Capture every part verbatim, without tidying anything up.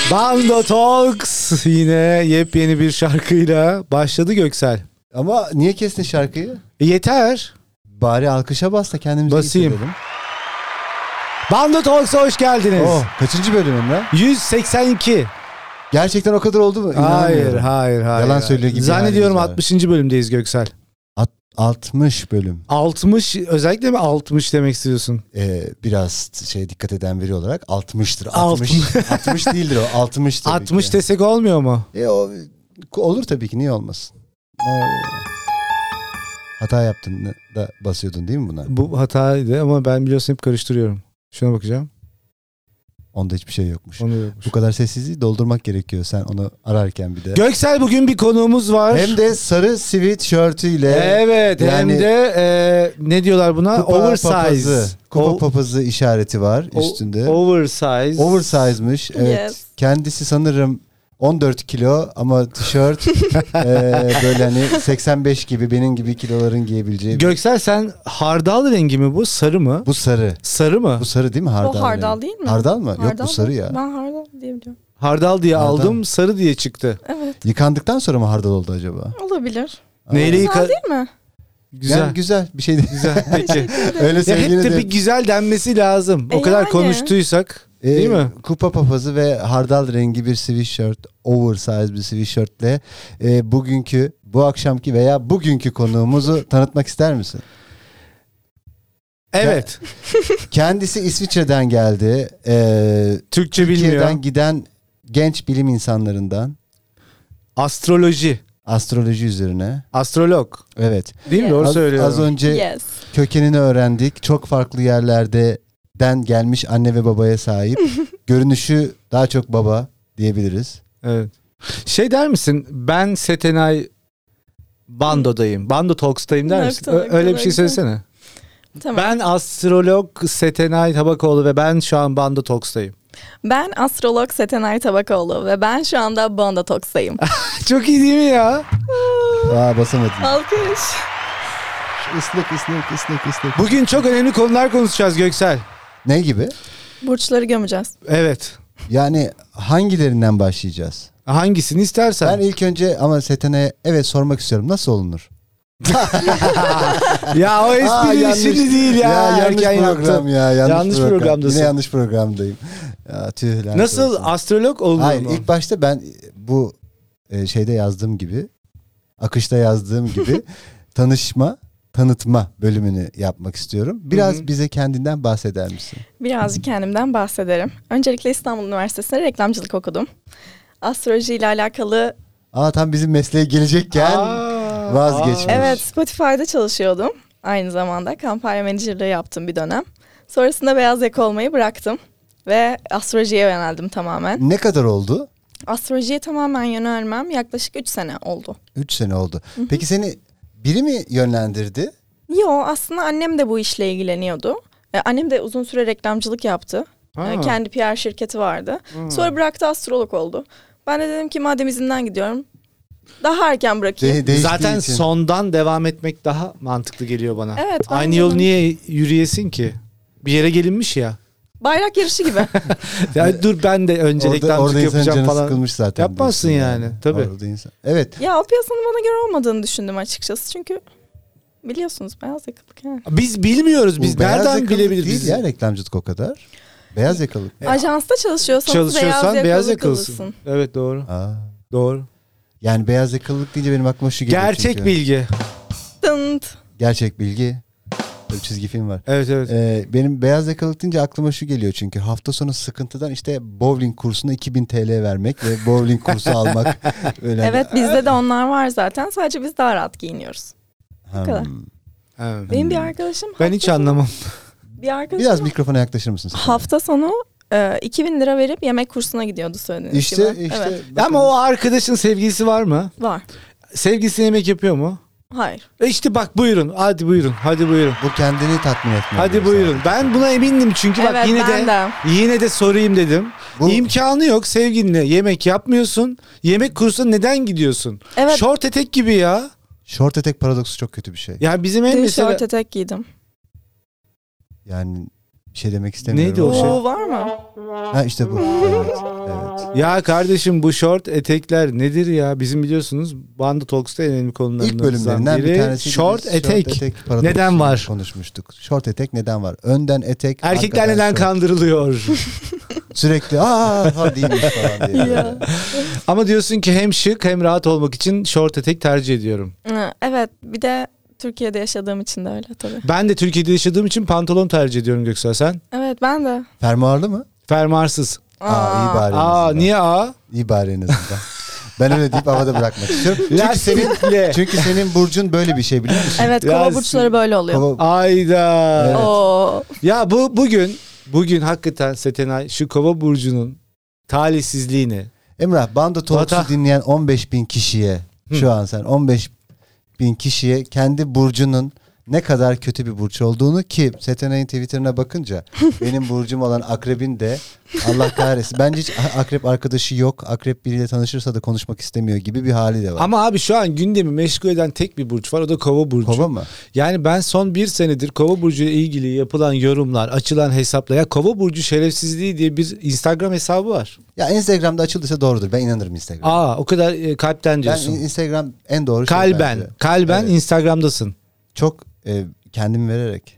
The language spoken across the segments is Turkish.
Bando Talks yine yepyeni bir şarkıyla başladı Göksel. Ama niye kestin şarkıyı? E yeter. Bari alkışa bas da kendimizi Basayım. hissedelim. Bando Talks'a hoş geldiniz. Oh, kaçıncı bölümüm lan? yüz seksen iki. Gerçekten o kadar oldu mu? Hayır, hayır, hayır. Yalan söylüyor gibi. Zannediyorum altmışıncı bölümdeyiz Göksel. altmış bölüm. altmış, özellikle mi altmış demek istiyorsun? Ee, biraz şey dikkat eden biri olarak altmıştır. altmış. altmış, altmış değildir o. altmış tabii altmış ki. desek olmuyor mu? E, o, olur tabii ki, niye olmasın? Ee, hata yaptın da basıyordun değil mi buna? Bu hataydı ama ben biliyorsun hep karıştırıyorum. Şuna bakacağım. Onda hiçbir şey yokmuş. Onu yokmuş. Bu kadar sessizliği doldurmak gerekiyor sen onu ararken bir de. Göksel, bugün bir konuğumuz var. Hem de sarı sweatshirt'iyle. Evet, yani, hem de e, ne diyorlar buna? Kupa Oversize. papazı, kupa O- papazı işareti var üstünde. O- oversize. Oversize'mış. Evet. Yes. Kendisi sanırım on dört kilo ama tişört e, böyle hani seksen beş gibi, benim gibi kiloların giyebileceği. Göksel, sen hardal rengi mi bu? Sarı mı? Bu sarı. Sarı mı? Bu sarı değil mi? Hardal. O hardal rengi. değil mi? Hardal mı? Hardal Yok, bu sarı mı? ya. Ben hardal diye biliyorum. Hardal diye Hardal. aldım, sarı diye çıktı. Evet, Yıkandıktan sonra mı hardal oldu acaba? olabilir. Neyle Güzel yıka... değil mi? Güzel. Yani güzel bir şey değil. Güzel. Peki. Öyle Ya söyleyeyim hep de de. bir güzel denmesi lazım. O E kadar yani. konuştuysak. Ee, Değil mi? Kupa papazı ve hardal rengi bir sweatshirt, oversize bir sweatshirtle e, bugünkü, bu akşamki veya bugünkü konuğumuzu tanıtmak ister misin? Evet. Kendisi İsviçre'den geldi. E, Türkçe bilmiyor. Türkiye'den giden genç bilim insanlarından, Astroloji. astroloji üzerine. Astrolog. Evet. Değil mi? Yes. Doğru Az, söylüyorum. az önce Yes. kökenini öğrendik. Çok farklı yerlerden gelmiş anne ve babaya sahip. Görünüşü daha çok baba diyebiliriz. Evet. Şey der misin? Ben Setenay Bando'dayım. Bando Talks'tayım der misin? Nokta, Ö- Öyle bir şey nokta. söylesene. Tamam. Ben astrolog Setenay Tabakoğlu ve ben şu an Bando Talks'tayım. Ben astrolog Setenay Tabakoğlu ve ben şu anda Bando Talks'tayım. Çok iyi değil mi ya? Aa, basamadım. Alkış. Islık ıslık ıslık ıslık. Bugün çok önemli konular konuşacağız Göksel. Ne gibi? Burçları gömeceğiz. Evet. Yani hangilerinden başlayacağız? Hangisini istersen. Ben ilk önce ama Seten'e evet sormak istiyorum. Nasıl olunur? Ya o Aa, espri yanlış. şimdi değil ya. yanlış Erken program yaptım. ya. Yanlış, Yanlış program. programdasın. Yine yanlış programdayım. Ya, tüh, lanet Nasıl, olsun. astrolog olur Hayır, mu? ilk başta ben bu e, şeyde yazdığım gibi, akışta yazdığım gibi tanışma, tanıtma bölümünü yapmak istiyorum. Biraz Hı hı. bize kendinden bahseder misin? Birazcık kendimden bahsederim. Öncelikle İstanbul Üniversitesi'nde reklamcılık okudum. Astroloji ile alakalı, Aa, tam bizim mesleğe gelecekken Aa, vazgeçmiş. aa. evet, Spotify'da çalışıyordum. Aynı zamanda kampanya menajerliği yaptım bir dönem. Sonrasında beyaz yaka olmayı bıraktım. Ve astrolojiye yöneldim tamamen. Ne kadar oldu? Astrolojiye tamamen yönelmem yaklaşık üç sene oldu. Üç sene oldu. Peki seni biri mi yönlendirdi? Yo, aslında annem de bu işle ilgileniyordu. Ee, annem de uzun süre reklamcılık yaptı. Ha. Ee, kendi P R şirketi vardı. Sonra bıraktı, astrolog oldu. Ben de dedim ki madem izinden gidiyorum, daha erken bırakayım. De- değiştiği Zaten için. sondan devam etmek daha mantıklı geliyor bana. Evet, Aynı bence yol de. niye yürüyesin ki? Bir yere gelinmiş ya. Bayrak yarışı gibi. Ya dur ben de önce Orada, reklamcılık orada insanın yapacağım canı falan. sıkılmış zaten. Yapmazsın diyorsun yani, tabii. Orada insan. Evet. Ya o piyasanın bana göre olmadığını düşündüm açıkçası. Çünkü biliyorsunuz beyaz yakalık. He. Biz bilmiyoruz. Biz Bu beyaz nereden yakalık bilebiliriz? değil Biz- ya reklamcılık o kadar. Beyaz yakalık. Ajansta çalışıyorsanız Çalışıyorsan beyaz, beyaz yakalısın. yakalısın. Evet, doğru. Aa. Doğru. Yani beyaz yakalılık deyince benim aklıma şu geliyor Gerçek çünkü. bilgi. Dınt. Gerçek bilgi. Bir çizgi film var. Evet, evet. Ee, benim beyaz yakalık deyince aklıma şu geliyor çünkü hafta sonu sıkıntıdan işte bowling kursuna iki bin T L vermek ve bowling kursu almak. Öyle Evet, bizde de onlar var zaten. Sadece biz daha rahat giyiniyoruz. Hmm. kadar. Evet. Benim bir arkadaşım... Ben hafta hiç sonu- anlamam. Bir arkadaşım Biraz mikrofona yaklaşır mısın? sen? hafta sonu e, iki bin lira verip yemek kursuna gidiyordu söylediğiniz İşte gibi. işte. Evet, bakın. Ama o arkadaşın sevgilisi var mı? var. Sevgilisi yemek yapıyor mu? Hayır. E işte bak, buyurun. Hadi buyurun. Hadi buyurun. Bu kendini tatmin etmiyor. Hadi buyurun. Ben buna emindim çünkü bak Evet, yine ben de, de. yine de sorayım dedim. Bu- İmkanı yok, sevgilinle yemek yapmıyorsun. Yemek kursuna neden gidiyorsun? Evet. Şort etek gibi ya. Short etek paradoksu çok kötü bir şey. Ya bizim en Dün mesela şort etek giydim. Yani Bir şey demek istemiyorum. Neydi o şey? Oo, var mı? Ha işte bu. Evet, evet. Ya kardeşim bu short etekler nedir ya? Bizim biliyorsunuz Bando Talks'ta en önemli konularından İlk bölümlerinden biri bir tanesi. short etek. paradoksunu Neden var? Konuşmuştuk. Short etek neden var? Önden etek. Erkekler arkadan neden short. kandırılıyor? Sürekli aa ha değilmiş falan diye. Ya. Ama diyorsun ki hem şık hem rahat olmak için short etek tercih ediyorum. Hı, evet, bir de Türkiye'de yaşadığım için de öyle tabii. Ben de Türkiye'de yaşadığım için pantolon tercih ediyorum Göksel, sen? Evet, ben de. Fermuarlı mı? Fermuarsız. Aa, iyi bari. en Aa azından. niye A? İyi bari en azından. Ben öyle deyip havada bırakmak istiyorum. Çünkü senin, Lastikle. çünkü senin burcun böyle bir şey biliyor musun? Evet, Ya kova siz- burçları böyle oluyor. Kova- Ayda. Evet. Oo. Ya bu bugün bugün hakikaten Setenay şu Kova burcunun talihsizliğini. Emrah, Bando Talks'u Vata- dinleyen on beş bin kişiye Hı. şu an sen on beş bin kişiye kendi burcunun ne kadar kötü bir burç olduğunu, ki Setenay'ın Twitter'ına bakınca benim burcum olan Akrebin de Allah kahretsin. Bence hiç Akrep arkadaşı yok. Akrep biriyle tanışırsa da konuşmak istemiyor gibi bir hali de var. Ama abi şu an gündemi meşgul eden tek bir burç var, o da Kova burcu. Kova mı? Yani ben son bir senedir Kova burcu ile ilgili yapılan yorumlar, açılan hesaplar, ya Kova burcu şerefsizliği diye bir Instagram hesabı var. Ya Instagram'da açıldıysa doğrudur. Ben inanırım Instagram'a. Aa o kadar e, kalpten Ben diyorsun. Instagram en doğru şey Kalben, bence. kalben Evet. Instagram'dasın. Çok e, kendim vererek.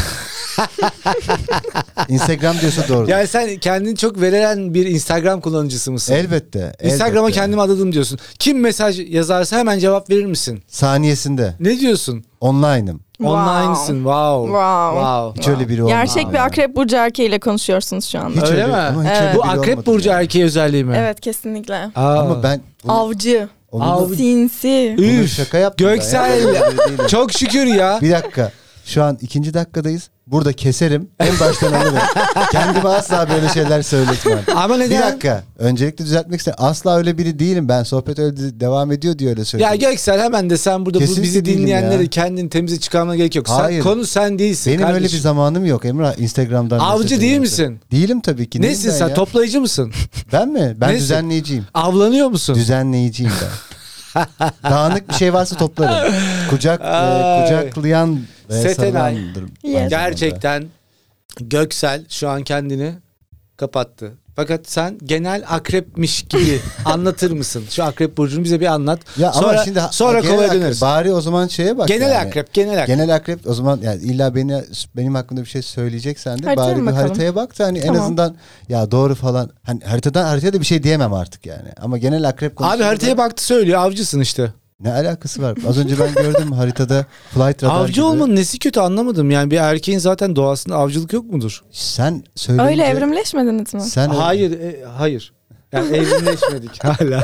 Instagram diyorsa doğru. Yani sen kendini çok veren bir Instagram kullanıcısı mısın? Elbette. Instagram'a elbette. kendimi adadım diyorsun. Kim mesaj yazarsa hemen cevap verir misin? Saniyesinde. Ne diyorsun? Online'ım. Wow. Online'sın. Wow. Wow. Wow. Hiç öyle biri olmadı. Gerçek bir akrep burcu erkeğiyle konuşuyorsunuz şu anda. Hiç Öyle öyle, mi? ama hiç Evet. öyle Bu biri akrep olmadı burcu yani. erkeği özelliği mi? Evet, kesinlikle. Aa. Ama ben bunu, Avcı, onu, Av- sinsi. bunu Üf, şaka yaptım. ben ya. Göksel. Öyle değilim. Çok şükür ya. Bir dakika. Şu an ikinci dakikadayız. Burada keserim. En baştan alırım. Kendime asla böyle şeyler söyletmem. Ama Bir neden? dakika. Öncelikle düzeltmek istedim. Asla öyle biri değilim ben. Sohbet öyle de- devam ediyor diye öyle Ya söylüyorum. Göksel hemen de sen burada bu Kesinlikle bizi değilim dinleyenleri ya. kendini temize çıkarmana gerek yok. Sen, Hayır. konu sen değilsin Benim öyle bir kardeşim. zamanım yok Emrah. Instagram'dan. Avcı mesaj değil ediyorum. misin? Değilim tabii ki. Neyim Nesin ben sen? ya? Toplayıcı mısın? Ben mi? Ben Nesin? düzenleyiciyim. Avlanıyor musun? Düzenleyiciyim ben. Dağınık bir şey varsa toplarım. Kucak e, Ay. kucaklayan ve Setenay. sarılandır. Yes. aynı Gerçekten Göksel şu an kendini kapattı. Fakat sen genel akrepmiş gibi anlatır mısın? Şu akrep burcunu bize bir anlat. Ya sonra ama şimdi sonra genel kovaya akrep, döneriz. Bari o zaman şeye bak. Genel yani. akrep, genel akrep. Genel akrep o zaman yani illa beni benim hakkımda bir şey söyleyeceksen de Haritaya bari bir bakalım. haritaya bak da hani en Tamam. azından ya doğru falan, hani haritadan haritaya da bir şey diyemem artık yani. Ama genel akrep Abi konusunda haritaya da baktı söylüyor, avcısın işte. ne alakası var? Az önce ben gördüm haritada flight radar Avcı gibi. olmanın nesi kötü anlamadım. Yani bir erkeğin zaten doğasında avcılık yok mudur? Sen söyleyince Öyle evrimleşmediniz mi? sen Hayır, e, hayır. Yani evrimleşmedik hala.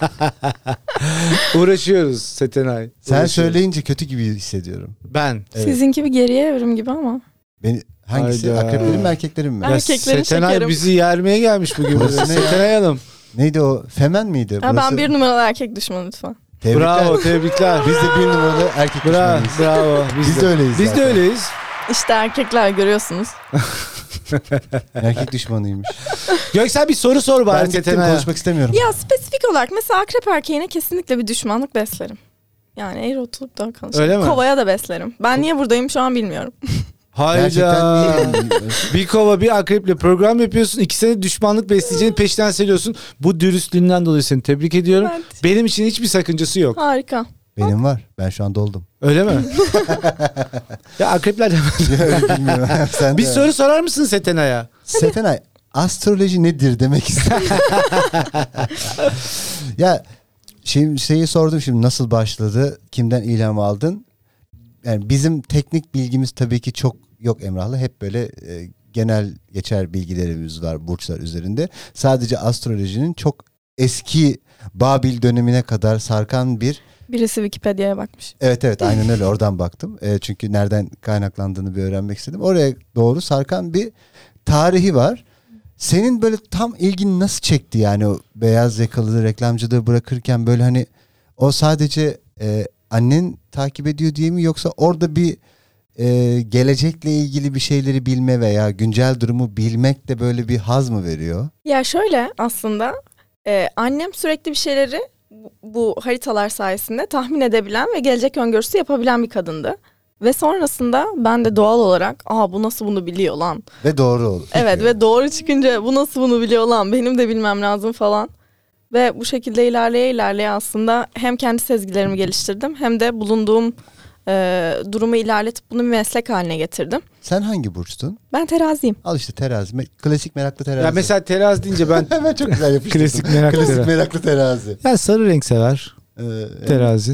Uğraşıyoruz Setenay. sen Uğraşıyoruz. söyleyince kötü gibi hissediyorum. Ben. Evet. Sizinki bir geriye evrim gibi ama. Beni hangisi? Hayda. Akreplerin mi erkeklerin mi? Ben- Erkeklerin Setenay şekerim. bizi yermeye gelmiş bugün. Burası bize. ne ya? Setenay Hanım. Neydi o? Femen miydi? Ha, Burası- ben bir numaralı erkek düşmanı lütfen. Tebrikler. Bravo, tebrikler. Biz de bir numaralı erkek Bravo, düşmanıyız. bravo. Biz, Biz de öyleyiz Biz de zaten. öyleyiz. İşte erkekler görüyorsunuz. Erkek düşmanıymış. Göksel bir soru sor Ben bari bittim, Setenay'a. konuşmak istemiyorum. Ya spesifik olarak mesela akrep erkeğine kesinlikle bir düşmanlık beslerim. Yani eğri oturup da konuşalım. Öyle mi? Kovaya da beslerim. Ben niye buradayım şu an bilmiyorum. Gerçekten Hayda. niye? Bir kova bir akreple program yapıyorsun. İki sene düşmanlık besleyeceğini peşten söylüyorsun. Bu dürüstlüğünden dolayı seni tebrik ediyorum. Ben- Benim için hiçbir sakıncası yok. Harika. Benim var. Ben şu an doldum. Öyle mi? Ya akrepler de Öyle bilmiyorum. Sen bir de. soru sorar mısın Setenay'a? Setenay, astroloji nedir demek istedim. Ya şimdi şeyi sordum, şimdi nasıl başladı? Kimden ilham aldın? Yani bizim teknik bilgimiz tabii ki çok yok Emrah'la. Hep böyle e, genel geçer bilgilerimiz var burçlar üzerinde. Sadece astrolojinin çok eski Babil dönemine kadar sarkan bir... Birisi Wikipedia'ya bakmış. Evet evet aynen öyle, oradan baktım. E, çünkü nereden kaynaklandığını bir öğrenmek istedim. Oraya doğru sarkan bir tarihi var. Senin böyle tam ilgini nasıl çekti yani o beyaz yakalı reklamcılığı bırakırken, böyle hani o sadece e, annen takip ediyor diye mi, yoksa orada bir e, gelecekle ilgili bir şeyleri bilme veya güncel durumu bilmek de böyle bir haz mı veriyor? Ya şöyle aslında e, annem sürekli bir şeyleri bu, bu haritalar sayesinde tahmin edebilen ve gelecek öngörüsü yapabilen bir kadındı. Ve sonrasında ben de doğal olarak aa bu nasıl bunu biliyor lan. Ve doğru oldu. Evet ve doğru çıkınca bu nasıl bunu biliyor lan benim de bilmem lazım falan. Ve bu şekilde ilerleye ilerleye aslında hem kendi sezgilerimi geliştirdim hem de bulunduğum e, durumu ilerletip bunu bir meslek haline getirdim. Sen hangi burçtun? Ben teraziyim. Al işte terazi. Me- klasik meraklı terazi. Ya mesela terazi deyince ben hemen çok güzel yapıştırdım. klasik meraklı Klasik terazi. meraklı terazi. Ya sarı renk sever Ee, evet. terazi.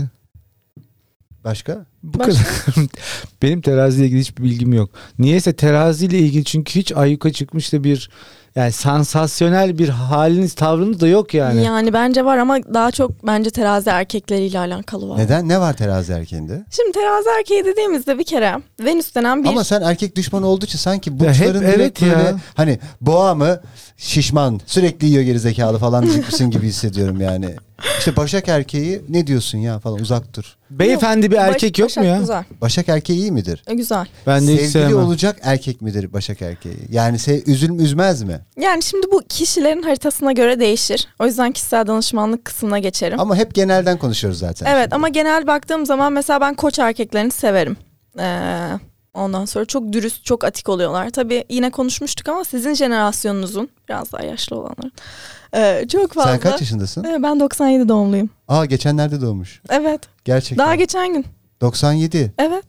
Başka? Bu Başka? kadar. Benim teraziyle ilgili hiçbir bilgim yok. Niyeyse teraziyle ilgili çünkü hiç ayyuka çıkmış da bir yani sansasyonel bir haliniz tavrınız da yok yani. Yani bence var ama daha çok bence terazi erkekleriyle alakalı var. Neden? Ne var terazi erkeğinde? Şimdi terazi erkeği dediğimizde bir kere Venüs denen bir... Ama sen erkek düşmanı olduğu için sanki Ya burçların hep direkt evet böyle ya. hani boğa mı şişman sürekli yiyor gerizekalı falan diyecekmişsin gibi hissediyorum yani. İşte Başak erkeği ne diyorsun ya falan uzak dur. Beyefendi bir Baş- erkek yok Başak mu ya? Güzel. Başak erkeği iyi midir? E, güzel. Ben de hiç Sevgili sevmem. olacak erkek midir Başak erkeği? Yani se üzülüm üzmez mi? Yani şimdi bu kişilerin haritasına göre değişir. O yüzden kişisel danışmanlık kısmına geçerim. Ama hep genelden konuşuyoruz zaten. Evet şimdi. ama genel baktığım zaman mesela ben koç erkeklerini severim. Ee, ondan sonra çok dürüst, çok atik oluyorlar. Tabii yine konuşmuştuk ama sizin jenerasyonunuzun, biraz daha yaşlı olanların ee, çok fazla. Sen kaç yaşındasın? Ee, ben doksan yedi doğumluyum. Aa geçenlerde doğmuş. Evet. Gerçekten. Daha geçen gün. doksan yedi. Evet.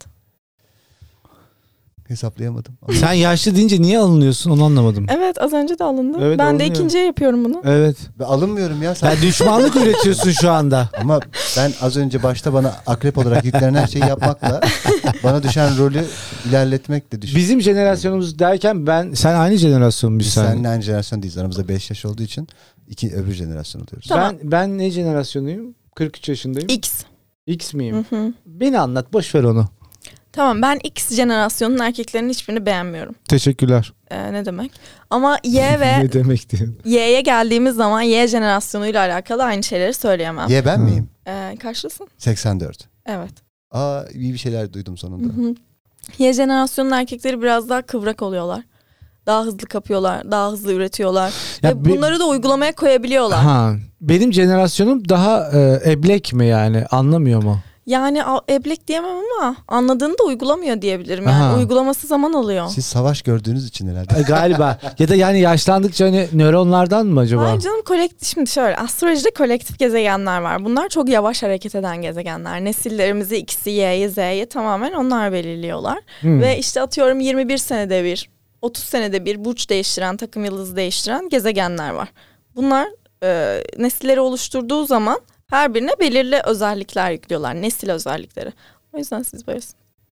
Hesaplayamadım. Ama Sen yaşlı deyince niye alınıyorsun onu anlamadım. Evet az önce de alındı. Evet, ben de alınıyor. ikinciye yapıyorum bunu. Evet. ben alınmıyorum ya. Sen... Sen düşmanlık üretiyorsun şu anda. Ama ben az önce başta bana akrep olarak yüklenen her şeyi yapmakla bana düşen rolü ilerletmekle düşün. Bizim jenerasyonumuz derken ben sen aynı jenerasyon Biz biz sen. seninle aynı jenerasyon değiliz. Aramızda beş yaş olduğu için iki öbür jenerasyon oluyoruz. Tamam. Ben ben ne jenerasyonuyum? kırk üç yaşındayım. X. X miyim? Hı hı. Beni anlat boş ver onu. Tamam ben X jenerasyonun erkeklerinin hiçbirini beğenmiyorum. Teşekkürler. Ee, ne demek? Ama Y ve Ne demek diyor. Y'ye geldiğimiz zaman Y jenerasyonuyla alakalı aynı şeyleri söyleyemem. Ye ben Hı. miyim? Ee, karşısın? seksen dört. Evet. Aa iyi bir şeyler duydum Hı sonunda. hı. Y jenerasyonun erkekleri biraz daha kıvrak oluyorlar. Daha hızlı kapıyorlar, daha hızlı üretiyorlar. Ya Ve be- bunları da uygulamaya koyabiliyorlar. Ha, benim jenerasyonum daha e, eblek mi yani anlamıyor mu? Yani a- eblek diyemem ama anladığını da uygulamıyor diyebilirim. Yani Aha. uygulaması zaman alıyor. Siz savaş gördüğünüz için herhalde. E, galiba ya da yani yaşlandıkça hani nöronlardan mı acaba? Hayır canım kolektif şimdi şöyle astrolojide kolektif gezegenler var. Bunlar çok yavaş hareket eden gezegenler. Nesillerimizi X'i, Y'yi, Z'yi tamamen onlar belirliyorlar. Hmm. Ve işte atıyorum yirmi bir senede bir, otuz senede bir burç değiştiren, takım yıldızı değiştiren gezegenler var. Bunlar e, nesilleri oluşturduğu zaman her birine belirli özellikler yüklüyorlar. Nesil özellikleri. O yüzden siz böylesiniz.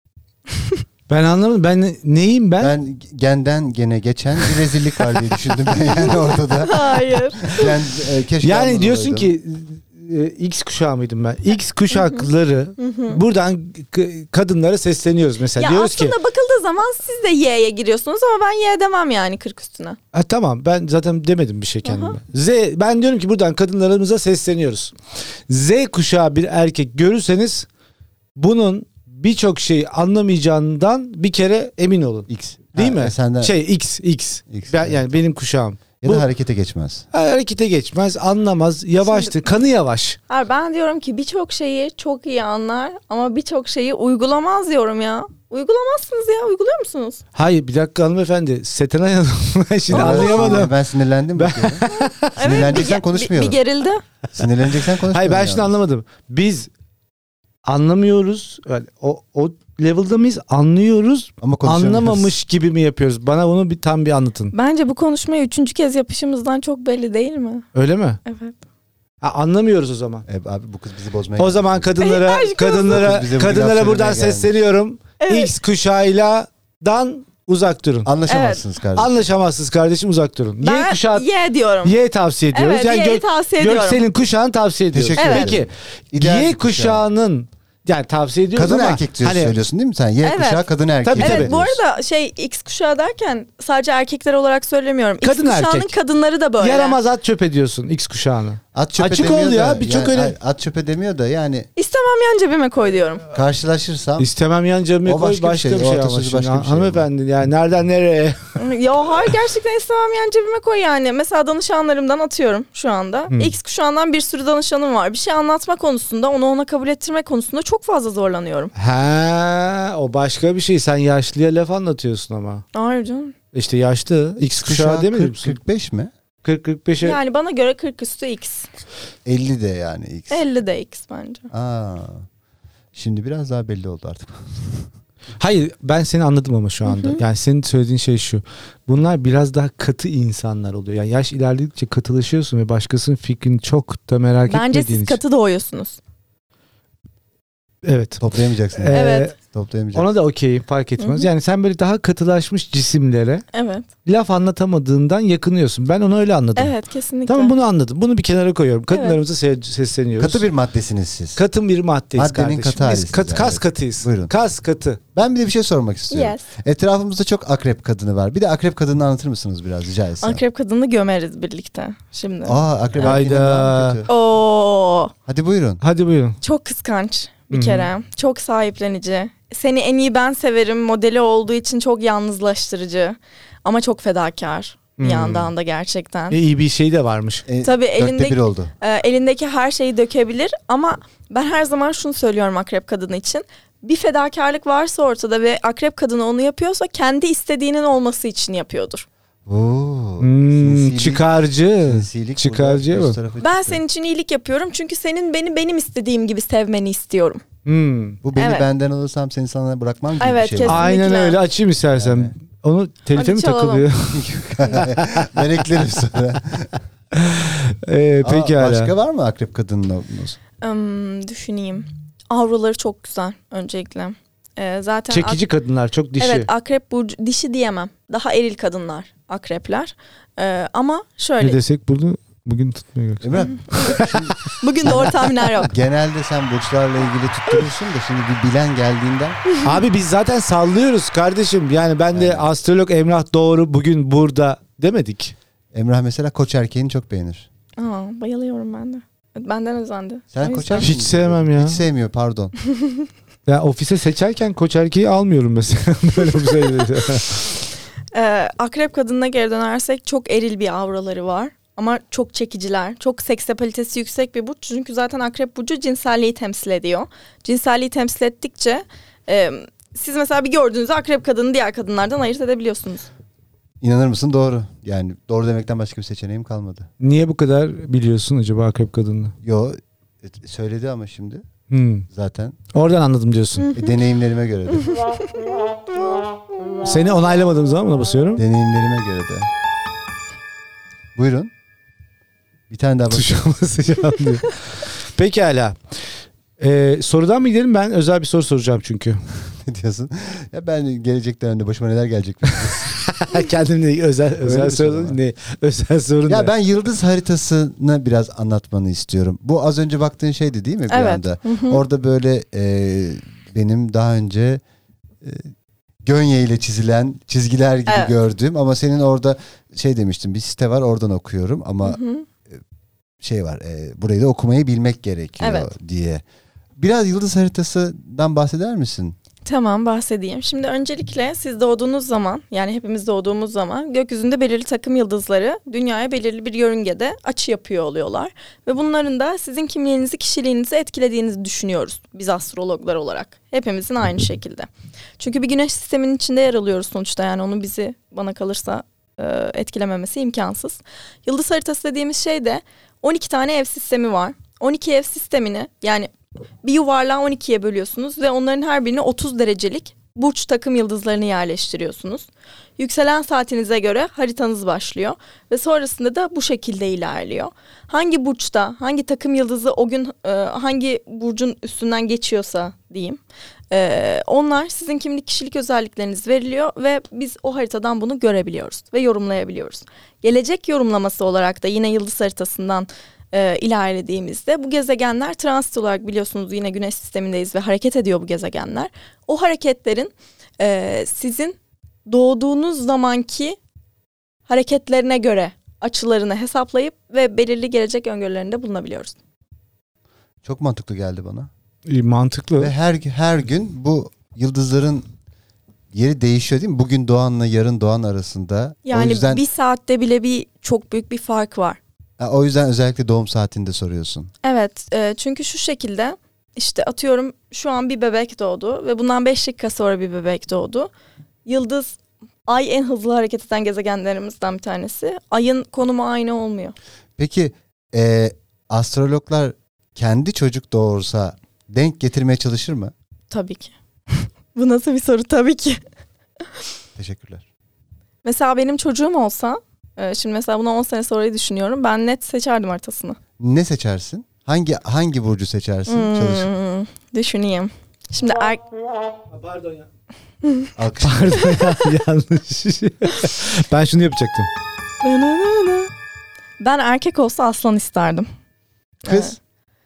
Ben anlamadım. Ben ne- neyim ben? Ben genden gene geçen bir rezillik var diye düşündüm ben yani ortada. Hayır. Ben, e, keşke Yani anladım diyorsun oydu. ki e, X kuşağı mıydım ben? X kuşakları buradan k- kadınlara sesleniyoruz mesela. Ya Diyoruz ki aslında bakıldığı zaman siz de Y'ye giriyorsunuz ama ben Y demem yani kırk üstüne. ha, tamam ben zaten demedim bir şey kendime. Z ben diyorum ki buradan kadınlarımıza sesleniyoruz. Z kuşağı bir erkek görürseniz bunun birçok şeyi anlamayacağından bir kere emin olun. X. Değil Ha, mi? e, Senden Şey X X. X, Ben, evet. yani benim kuşağım. ya da bu- harekete geçmez. Harekete geçmez, anlamaz, yavaştır, kanı yavaş. Hayır, ben diyorum ki birçok şeyi çok iyi anlar ama birçok şeyi uygulamaz diyorum ya. Uygulamazsınız ya. Uyguluyor musunuz? Hayır bir dakika hanımefendi. Setenay Hanım ben şimdi Aa. anlayamadım. Ben sinirlendim. bakıyorum. Sinirleneceksen bir, konuşmayalım. Bir, bir gerildi. Sinirleneceksen konuşmayalım. Hayır ben şimdi yalnız. anlamadım. Biz anlamıyoruz. Yani o, o level'da mıyız? Anlıyoruz. Ama konuşamıyoruz. Anlamamış gibi mi yapıyoruz? Bana bunu bir tam bir anlatın. Bence bu konuşmayı üçüncü kez yapışımızdan çok belli değil mi? Öyle mi? Evet. Ha, anlamıyoruz o zaman. E, abi bu kız bizi bozmaya O geldi. zaman kadınlara Ay, aşk kadınlara olsun. Bize bugün laf kadınlara buradan söylemeye gelmiş. sesleniyorum. Evet. X kuşağıyla dan uzak durun. Anlaşamazsınız kardeşim. Anlaşamazsınız kardeşim uzak durun. Y Ben kuşağı Y diyorum. Y tavsiye ediyoruz. Evet, yani Y'yi Gök- tavsiye ediyorum. Göksel'in kuşağını tavsiye ediyoruz. Teşekkür Evet. Peki İdeal Y bir kuşağı. kuşağının yani tavsiye ediyoruz Kadın ama erkek diyorsun, hani söylüyorsun değil mi sen? Y Evet. kuşağı kadın erkek. Tabii, Evet tabii. bu arada şey X kuşağı derken sadece erkekler olarak söylemiyorum. X Kadın kuşağının erkek. kadınları da böyle. yaramaz at çöp ediyorsun X kuşağını. At çöpe Açık demiyor oldu da, ya, birçok yani, öyle- hayır, at çöpe demiyor da yani İstemem yan cebime koy diyorum. karşılaşırsam İstemem yan cebime O koy başka bir başka şey, bir o şey ama atasözü şimdi. başka bir şey Hanımefendi yani nereden nereye? Ya hayır, gerçekten istemem yan cebime koy yani. Mesela danışanlarımdan atıyorum şu anda. Hmm. X kuşağından bir sürü danışanım var. Bir şey anlatma konusunda, onu ona kabul ettirme konusunda çok fazla zorlanıyorum. Ha, o başka bir şey. Sen yaşlıya laf anlatıyorsun ama. Hayır canım. İşte yaşlı X kuşağı demiyor musun? kırk beş mi? kırk kırk beşe Yani bana göre kırk üstü X. elli de yani X. elli de X bence. Aa. Şimdi biraz daha belli oldu artık. Hayır, ben seni anladım ama şu anda. Hı hı. Yani senin söylediğin şey şu. Bunlar biraz daha katı insanlar oluyor. Yani yaş ilerledikçe katılaşıyorsun ve başkasının fikrini çok da merak Bence etmediğin siz için. katı doğuyorsunuz. Evet. Toplayamayacaksın. Ee, Evet. Toplayamayacaksın. Ona da okey, fark etmez. Hı hı. Yani sen böyle daha katılaşmış cisimlere Evet. laf anlatamadığından yakınıyorsun. Ben onu öyle anladım. Evet, kesinlikle. Tamam, bunu anladım. Bunu bir kenara koyuyorum. Kadınlarımıza se- sesleniyoruz. Katı bir maddesiniz siz. Katı bir maddeyiz Maddenin kardeşim. katı Biz halisiz kat, yani. kas katıyız. Buyurun. Kas katı. Ben bir de bir şey sormak istiyorum. Yes. Etrafımızda çok akrep kadını var. Bir de akrep kadını anlatır mısınız biraz rica etsem? Akrep kadını gömeriz birlikte şimdi. Aa akrep Hayda. erkeğinden daha mı kötü? Oo, Hadi buyurun. Hadi buyurun. çok kıskanç bir Hı hı. kere. Çok sahiplenici. Seni en iyi ben severim modeli olduğu için çok yalnızlaştırıcı. Ama çok fedakar bir Hmm. yandan da gerçekten. E, iyi bir şey de varmış. E, Tabii dörtte elindeki, bir oldu. e, elindeki her şeyi dökebilir ama ben her zaman şunu söylüyorum akrep kadını için. Bir fedakarlık varsa ortada ve akrep kadını onu yapıyorsa kendi istediğinin olması için yapıyordur. Oo, Hmm, sinsilik- çıkarcı. sinsilik Çıkarcı burada bu. göz tarafı Ben çıktı. senin için iyilik yapıyorum çünkü senin beni benim istediğim gibi sevmeni istiyorum. Hmm. Bu beni Evet. benden alırsam seni sana bırakmam gibi Evet, bir şey. kesin. Aynen öyle. Açayım istersen. Yani. Onu telife Hadi mi çalalım. takılıyor? Ben eklerim sonra. ee, Aa, pekala. başka var mı akrep kadının olduğunuz? Hmm, düşüneyim. Avroları çok güzel öncelikle. Ee, zaten Çekici kadınlar, çok dişi. Evet, akrep burcu dişi diyemem. Daha eril kadınlar akrepler. Ee, ama şöyle Ne desek bunu bugün tutmuyor yoksa. Emrah bugün doğru tahminler yok. genelde sen burçlarla ilgili tutturursun da şimdi bir bilen geldiğinden Abi biz zaten sallıyoruz kardeşim. Yani ben de Evet. astrolog Emrah doğru bugün burada demedik. Emrah mesela koç erkeğini çok beğenir. Aa, bayılıyorum ben de. Benden özendi. Sen O koç yüzden- erkeği Hiç sevmem ya. Hiç sevmiyor pardon. Ya ofise seçerken koç erkeği almıyorum mesela. Böyle bir şey. Ee, akrep kadınına geri dönersek çok eril bir avraları var. Ama çok çekiciler. Çok seksapalitesi yüksek bir burç. Çünkü zaten akrep burcu cinselliği temsil ediyor. Cinselliği temsil ettikçe e, siz mesela bir gördüğünüzde akrep kadını diğer kadınlardan ayırt edebiliyorsunuz. İnanır mısın doğru. Yani doğru demekten başka bir seçeneğim kalmadı. Niye bu kadar biliyorsun acaba akrep kadını? Yo e, söyledi ama şimdi Hmm. zaten Oradan anladım diyorsun. e, deneyimlerime göre de. Seni onaylamadığım zaman buna basıyorum. deneyimlerime göre de. Buyurun. Bir tane daha bak. Tuşa basacağım diyor. Pekala. Ee, sorudan mı gidelim? Ben özel bir soru soracağım çünkü. Ne diyorsun? Ya ben gelecekten önce başıma neler gelecek bilmiyorum. Kendimle özel özel bir soru soru var. ne? Özel sorun Ya ne? ben yıldız haritasını biraz anlatmanı istiyorum. Bu az önce baktığın şeydi değil mi bir Evet. anda? Hı hı. Orada böyle e, benim daha önce e, Gönye ile çizilen çizgiler gibi Evet. gördüğüm ama senin orada şey demiştin bir site var oradan okuyorum ama Hı hı. şey var e, burayı da okumayı bilmek gerekiyor Evet. diye. Biraz yıldız haritasından bahseder misin? Tamam, bahsedeyim. Şimdi öncelikle siz doğduğunuz zaman, yani hepimiz doğduğumuz zaman gökyüzünde belirli takım yıldızları dünyaya belirli bir yörüngede açı yapıyor oluyorlar. Ve bunların da sizin kimliğinizi, kişiliğinizi etkilediğinizi düşünüyoruz biz astrologlar olarak. Hepimizin aynı şekilde. Çünkü bir güneş sisteminin içinde yer alıyoruz sonuçta, yani onun bizi bana kalırsa e, etkilememesi imkansız. Yıldız haritası dediğimiz şey de on iki tane ev sistemi var. on iki ev sistemini, yani bir yuvarlağı on ikiye bölüyorsunuz ve onların her birine otuz derecelik burç takım yıldızlarını yerleştiriyorsunuz. Yükselen saatinize göre haritanız başlıyor ve sonrasında da bu şekilde ilerliyor. Hangi burçta, hangi takım yıldızı o gün e, hangi burcun üstünden geçiyorsa diyeyim. E, onlar sizin kimlik, kişilik özellikleriniz veriliyor ve biz o haritadan bunu görebiliyoruz ve yorumlayabiliyoruz. Gelecek yorumlaması olarak da yine yıldız haritasından E, ilerlediğimizde bu gezegenler transit olarak biliyorsunuz yine güneş sistemindeyiz ve hareket ediyor bu gezegenler. O hareketlerin e, sizin doğduğunuz zamanki hareketlerine göre açılarını hesaplayıp ve belirli gelecek öngörülerinde bulunabiliyoruz. Çok mantıklı geldi bana. İyi, mantıklı. Ve her her gün bu yıldızların yeri değişiyor değil mi? Bugün doğanla yarın doğan arasında. Yani o yüzden bir saatte bile bir çok büyük bir fark var. ha, o yüzden özellikle doğum saatinde soruyorsun. Evet, e, çünkü şu şekilde işte atıyorum şu an bir bebek doğdu ve bundan beş dakika sonra bir bebek doğdu. Yıldız, ay en hızlı hareket eden gezegenlerimizden bir tanesi. Ayın konumu aynı olmuyor. Peki e, astrologlar kendi çocuk doğursa denk getirmeye çalışır mı? Tabii ki. Bu nasıl bir soru? Tabii ki. Teşekkürler. Mesela benim çocuğum olsa, e, şimdi mesela buna on sene sonrayı düşünüyorum. Ben net seçerdim haritasını. Ne seçersin? Hangi hangi burcu seçersin? Hmm, Çalış. düşüneyim. Şimdi er... Pardon ya. Alkış. Pardon ya, yanlış. Ben şunu yapacaktım. Ben erkek olsa aslan isterdim. Kız.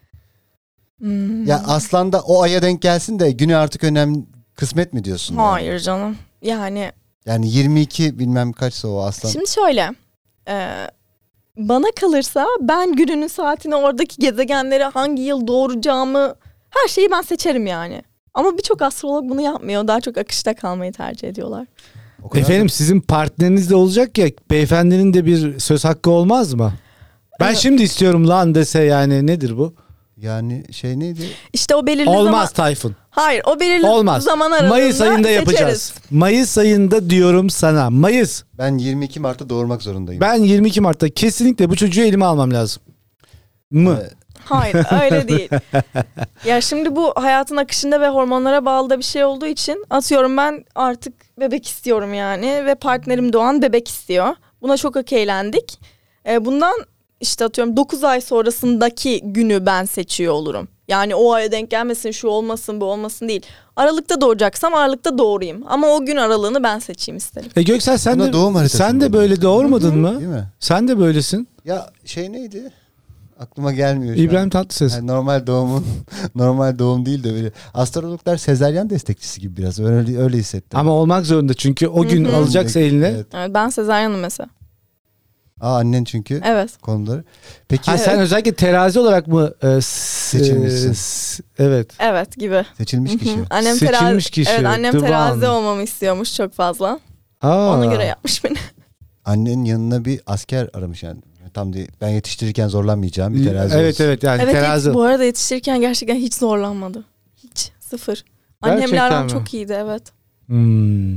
Hmm. Ya aslan da o aya denk gelsin de günü artık önemli kısmet mi diyorsun? yani? Hayır canım. Yani Yani yirmi iki bilmem kaçsa o aslan. şimdi şöyle. E, bana kalırsa ben gününün saatini, oradaki gezegenleri, hangi yıl doğuracağımı, her şeyi ben seçerim yani. Ama birçok astrolog bunu yapmıyor. Daha çok akışta kalmayı tercih ediyorlar. O kadar Efendim da- sizin partneriniz de olacak ya, beyefendinin de bir söz hakkı olmaz mı? Ben Evet. şimdi istiyorum lan dese yani nedir bu? Yani şey neydi? İşte o belirli Olmaz zaman... Tayfun. Hayır, o belirli Olmaz. zaman aralığında Mayıs ayında seçeriz. yapacağız. Mayıs ayında diyorum sana. Mayıs. Ben yirmi iki Mart'ta doğurmak zorundayım. Ben yirmi iki Mart'ta kesinlikle bu çocuğu elime almam lazım. Mı? Ee, Hayır, öyle değil. Ya şimdi bu hayatın akışında ve hormonlara bağlı da bir şey olduğu için atıyorum ben artık bebek istiyorum yani ve partnerim Doğan bebek istiyor. Buna çok okeylendik. Ee, bundan işte atıyorum dokuz ay sonrasındaki günü ben seçiyor olurum. Yani o aya denk gelmesin, şu olmasın, bu olmasın değil. Aralıkta doğuracaksam Aralıkta doğurayım. Ama o gün aralığını ben seçeyim isterim. E Göksel sen Buna de doğum haritası sen de mı böyle deniyor? doğurmadın mı? Değil mi? Sen de böylesin. Ya şey neydi? Aklıma gelmiyor şu İbrahim an. Tatlıses. Yani normal doğumun normal doğum değil de böyle astrologlar sezaryen destekçisi gibi biraz öyle öyle hissettim. Ama olmak zorunda çünkü o gün Hı hı. alacaksa eline. Evet. Evet, ben sezaryenim mesela. Aa annen çünkü Evet. konuları. Peki Ha, sen Evet. özellikle terazi olarak mı e, s- Seçilmişsin. e, s- evet. Evet gibi. seçilmiş kişi. Hı hı. Annem Seçilmiş terazi, kişi, evet, annem the terazi one. olmamı istiyormuş çok fazla. Aa. Ona göre yapmış beni. Annen yanına bir asker aramış yani. Tam değil. Ben yetiştirirken zorlanmayacağım bir terazi Evet olsun. evet yani Evet, terazi. hiç, bu arada yetiştirirken gerçekten hiç zorlanmadı. Hiç, sıfır. Annemle Gerçekten aram mi? çok iyiydi, evet. Hmm.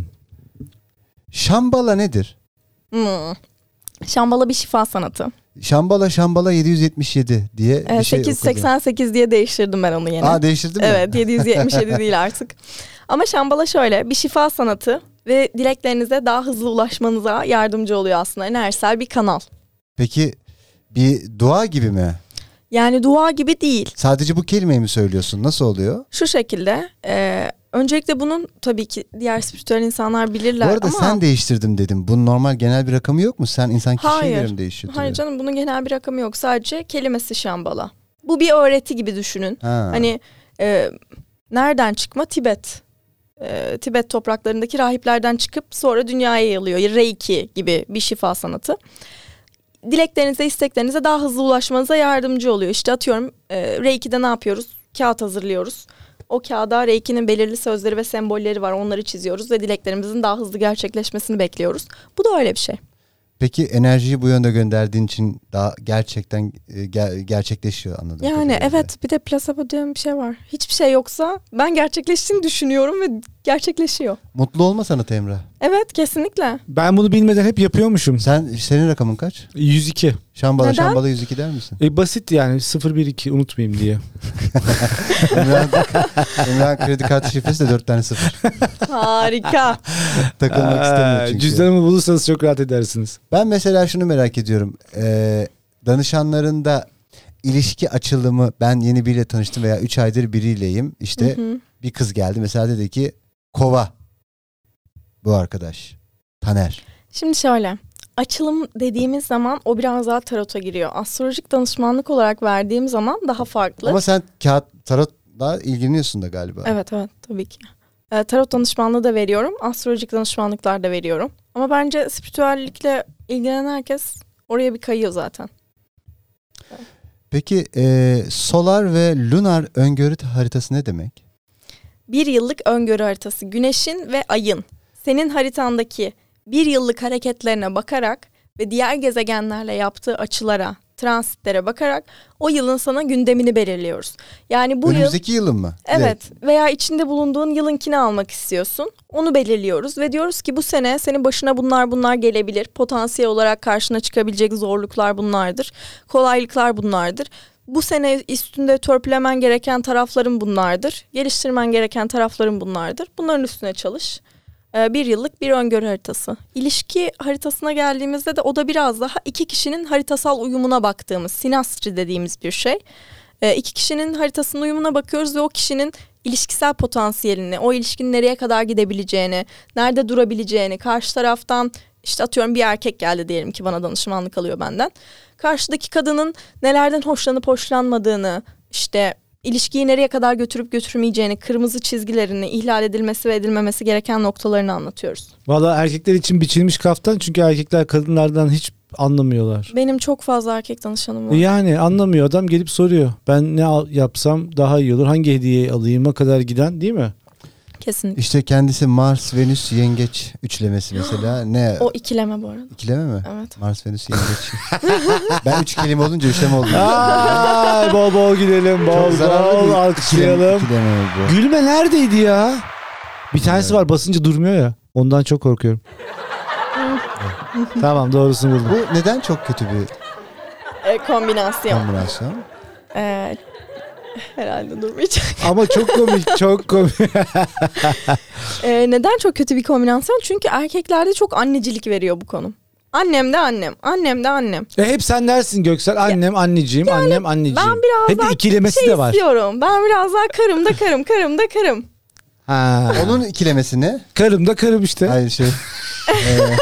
Şambala nedir? Hmm. Şambala bir şifa sanatı. Şambala Şambala yedi yüz yetmiş yedi diye bir Ee, şey sekiz yüz okudum. seksen sekiz diye değiştirdim ben onu yine. Aa değiştirdin mi? Evet, yedi yüz yetmiş yedi değil artık. Ama şambala şöyle bir şifa sanatı ve dileklerinize daha hızlı ulaşmanıza yardımcı oluyor aslında. Enerjisel bir kanal. Peki bir dua gibi mi? Yani dua gibi değil. Sadece bu kelimeyi mi söylüyorsun? Nasıl oluyor? Şu şekilde e, öncelikle bunun tabii ki diğer spiritüel insanlar bilirler Bu arada ama... sen değiştirdim dedim. Bunun normal genel bir rakamı yok mu? Sen insan kişiye Hayır. göre mi değişiyor? Hayır canım, bunun genel bir rakamı yok. Sadece kelimesi şambala. Bu bir öğreti gibi düşünün. Ha. Hani e, nereden çıkma? Tibet. E, Tibet topraklarındaki rahiplerden çıkıp sonra dünyaya yayılıyor. Reiki gibi bir şifa sanatı. Dileklerinize, isteklerinize daha hızlı ulaşmanıza yardımcı oluyor. İşte atıyorum e, Reiki'de ne yapıyoruz? Kağıt hazırlıyoruz. O kağıda Reiki'nin belirli sözleri ve sembolleri var. Onları çiziyoruz ve dileklerimizin daha hızlı gerçekleşmesini bekliyoruz. Bu da öyle bir şey. Peki enerjiyi bu yönde gönderdiğin için daha gerçekten e, ger- gerçekleşiyor anladım. Yani evet, bir de plasebo diye bir şey var. Hiçbir şey yoksa ben gerçekleştiğini düşünüyorum ve gerçekleşiyor. Mutlu olma sanatı Emrah. Evet, kesinlikle. Ben bunu bilmeden hep yapıyormuşum. Sen senin rakamın kaç? yüz iki. Şambala Neden? Şambala yüz iki der misin? E, basit yani sıfır bir iki unutmayayım diye. Emrah'ın Emrah'ın kredi kartı şifresi de dört tane sıfır. Harika. Takılmak Aa, istemiyor çünkü. Cüzdanımı bulursanız çok rahat edersiniz. Ben mesela şunu merak ediyorum. Ee, danışanlarında ilişki açılımı, ben yeni biriyle tanıştım veya üç aydır biriyleyim. İşte Hı hı. bir kız geldi mesela, dedi ki kova bu arkadaş Taner. Şimdi şöyle. Açılım dediğimiz zaman o biraz daha tarota giriyor. Astrolojik danışmanlık olarak verdiğim zaman daha farklı. Ama sen kağıt tarotla ilgileniyorsun da galiba. Evet evet, tabii ki. Ee, tarot danışmanlığı da veriyorum. Astrolojik danışmanlıklar da veriyorum. Ama bence spiritüellikle ilgilenen herkes Oraya bir kayıyor zaten. Peki e, solar ve lunar öngörü haritası ne demek? Bir yıllık öngörü haritası. Güneşin ve ayın senin haritandaki bir yıllık hareketlerine bakarak ve diğer gezegenlerle yaptığı açılara, transitlere bakarak o yılın sana gündemini belirliyoruz. Yani bu Önümüzdeki yıl, yılın mı? evet, veya içinde bulunduğun yılınkini almak istiyorsun. Onu belirliyoruz ve diyoruz ki bu sene senin başına bunlar bunlar gelebilir. Potansiyel olarak karşına çıkabilecek zorluklar bunlardır. Kolaylıklar bunlardır. Bu sene üstünde törpülemen gereken tarafların bunlardır. Geliştirmen gereken tarafların bunlardır. Bunların üstüne çalış. Bir yıllık bir öngörü haritası. İlişki haritasına geldiğimizde de o da biraz daha iki kişinin haritasal uyumuna baktığımız, sinastri dediğimiz bir şey. İki kişinin haritasının uyumuna bakıyoruz ve o kişinin ilişkisel potansiyelini, o ilişkinin nereye kadar gidebileceğini, nerede durabileceğini, karşı taraftan işte atıyorum bir erkek geldi diyelim ki bana danışmanlık alıyor benden. Karşıdaki kadının nelerden hoşlanıp hoşlanmadığını, işte ilişkiyi nereye kadar götürüp götürmeyeceğini, kırmızı çizgilerini, ihlal edilmesi ve edilmemesi gereken noktalarını anlatıyoruz. Valla erkekler için biçilmiş kaftan, çünkü erkekler kadınlardan hiç anlamıyorlar. Benim çok fazla erkek danışanım var. Yani anlamıyor, adam gelip soruyor. Ben ne al- yapsam daha iyi olur, hangi hediyeyi alayım'a kadar giden, değil mi? Kesinlikle. İşte kendisi Mars, Venüs, Yengeç üçlemesi mesela. Ne? O ikileme bu arada. İkileme mi? Evet. Mars, Venüs, Yengeç. Ben üç kelime olunca üçleme oldu. Ay, bol bol gidelim, bol Çok zararlı bol bir alkışlayalım. ikileme, ikileme oldu. Gülme neredeydi ya? Bir tanesi var, basınca durmuyor ya. Ondan çok korkuyorum. Tamam, doğrusunu buldum. Bu neden çok kötü bir E, kombinasyon. kombinasyon? E, herhalde durmayacak. Ama çok komik, çok komik. E, neden çok kötü bir kombinasyon? Çünkü erkeklerde çok annecilik veriyor bu konu. Annem de annem, annem de annem. E hep sen dersin Göksel, annem anneciğim, annem anneciğim. Ben biraz Hep daha bir ikilemesi şey de var. istiyorum. Ben biraz daha karım da karım, karım da karım. Ha. Onun ikilemesi ne? Karım da karım işte. Hayır şey. eee,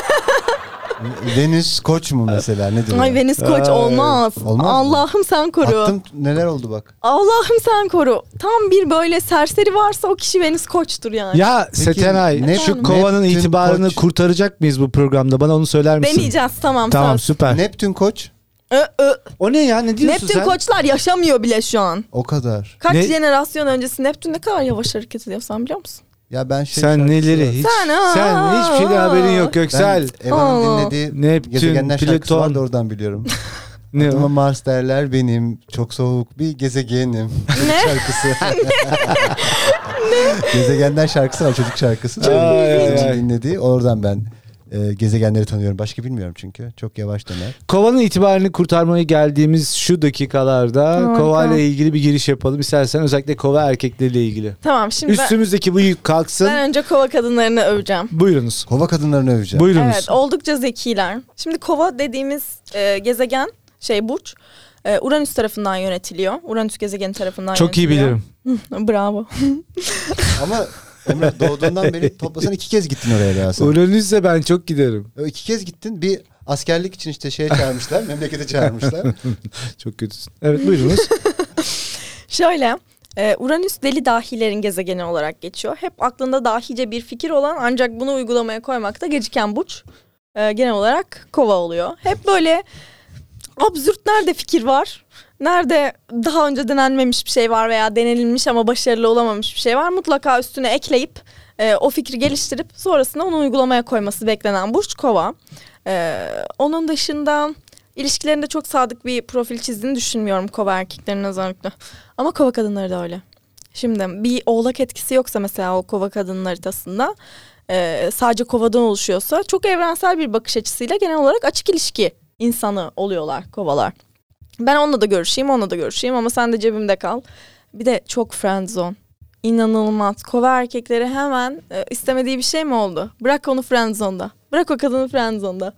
Venüs Koç mu mesela? Ne diyor? Ay Venüs Koç Ay, olmaz. olmaz mı? Allah'ım sen koru. Attım, neler oldu bak. Allah'ım sen koru. Tam bir böyle serseri varsa o kişi Venüs Koç'tur yani. Ya Setenay, ne- şu kovanın Neptün itibarını Koç. kurtaracak mıyız bu programda? Bana onu söyler misin? Deneyeceğiz tamam. Tamam, söz. süper. Neptün Koç Ö, ö. O ne ya, ne diyorsun Neptün sen? Koçlar yaşamıyor bile şu an. o kadar. Kaç Ne? jenerasyon öncesi Neptün ne kadar yavaş hareket ediyor sen biliyor musun? Ya ben şey Sen şarkısı neleri var. hiç Sen, aa, sen hiçbir şeyden haberin yok Göksel. Ben Eva'nın Aa. dinlediği Neptün, Gezegenler şarkısı var Plüton. da oradan biliyorum. Ne Adıma o? Mars derler benim, çok soğuk bir gezegenim. Ne? Şarkısı. Gezegenler şarkısı var, çocuk şarkısı. Ay, ay, Kızımın ay. dinlediği. Oradan ben e, gezegenleri tanıyorum. Başka bilmiyorum çünkü. Çok yavaş döner. Kovanın itibarını kurtarmaya geldiğimiz şu dakikalarda Harika. kova ile ilgili bir giriş yapalım. İstersen özellikle kova erkekleriyle ilgili. Tamam şimdi ben, Üstümüzdeki bu yük kalksın. ben önce kova kadınlarını öveceğim. Buyurunuz. Kova kadınlarını öveceğim. Buyurunuz. Evet oldukça zekiler. Şimdi kova dediğimiz e, gezegen şey burç e, Uranüs tarafından yönetiliyor. Uranüs gezegeni tarafından Çok iyi yönetiliyor. bilirim. Bravo. Ama Emre doğduğundan beri toplasan iki kez gittin oraya daha sen. Uranüs'e ben çok giderim. O iki kez gittin. Bir askerlik için işte şeye çağırmışlar. memlekete çağırmışlar. Çok kötüsün. Evet, buyurunuz. Şöyle e, Uranüs deli dahilerin gezegeni olarak geçiyor. Hep aklında dahice bir fikir olan ancak bunu uygulamaya koymakta geciken burç e, genel olarak kova oluyor. Hep böyle absürt nerede fikir var? Nerede daha önce denenmemiş bir şey var veya denenilmiş ama başarılı olamamış bir şey var. Mutlaka üstüne ekleyip e, o fikri geliştirip sonrasında onu uygulamaya koyması beklenen burç kova. E, onun dışında ilişkilerinde çok sadık bir profil çizdiğini düşünmüyorum kova erkeklerinin özellikle. Ama kova kadınları da öyle. Şimdi bir oğlak etkisi yoksa mesela o kova kadının haritasında e, sadece kovadan oluşuyorsa çok evrensel bir bakış açısıyla genel olarak açık ilişki insanı oluyorlar kovalar. Ben onunla da görüşeyim, onunla da görüşeyim ama sen de cebimde kal. Bir de çok friendzone. İnanılmaz. Kova erkekleri hemen e, istemediği bir şey mi oldu? Bırak onu friendzone'da. Bırak o kadını friendzone'da.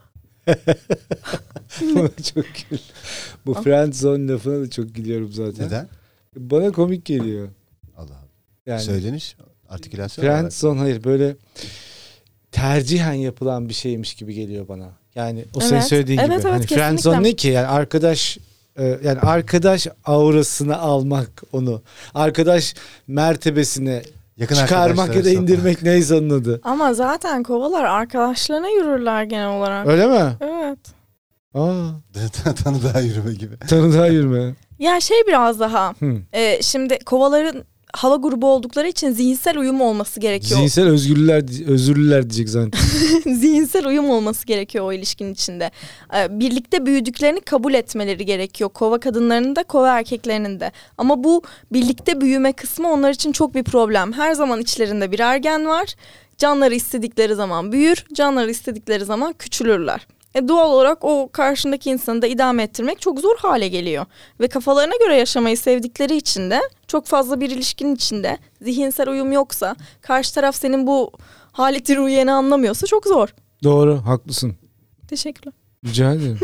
Buna çok gül. Bu friend zone lafına da çok gülüyorum zaten. Neden? Bana komik geliyor. Allah. Yani Söyleniş, artikülasyon friend olarak. zone hayır, böyle tercihen yapılan bir şeymiş gibi geliyor bana. Yani o senin Evet. söylediğin Evet, gibi. evet, Hani friend kesinlikle. zone ne ki? Yani arkadaş e, yani arkadaş aurasını almak onu. Arkadaş mertebesine Yakın çıkarmak ya arkadaşlara da sokmak. indirmek, neyse onun adı. Ama zaten kovalar arkadaşlarına yürürler genel olarak. Öyle mi? Evet. Aa, Tanıdığa yürüme gibi. tanıdığa yürüme. Ya şey biraz daha. Hı. e, şimdi kovaların hava grubu oldukları için zihinsel uyum olması gerekiyor. Zihinsel özgürlüler, özürlüler diyecek zaten. Zihinsel uyum olması gerekiyor o ilişkinin içinde. Ee, birlikte büyüdüklerini kabul etmeleri gerekiyor. Kova kadınlarının da kova erkeklerinin de. Ama bu birlikte büyüme kısmı onlar için çok bir problem. Her zaman içlerinde bir ergen var. Canları istedikleri zaman büyür, canları istedikleri zaman küçülürler. E doğal olarak o karşındaki insanı da idame ettirmek çok zor hale geliyor. Ve kafalarına göre yaşamayı sevdikleri için de çok fazla bir ilişkinin içinde zihinsel uyum yoksa, karşı taraf senin bu haleti ruhiyeni anlamıyorsa çok zor. Doğru, haklısın. Teşekkürler. Rica ederim.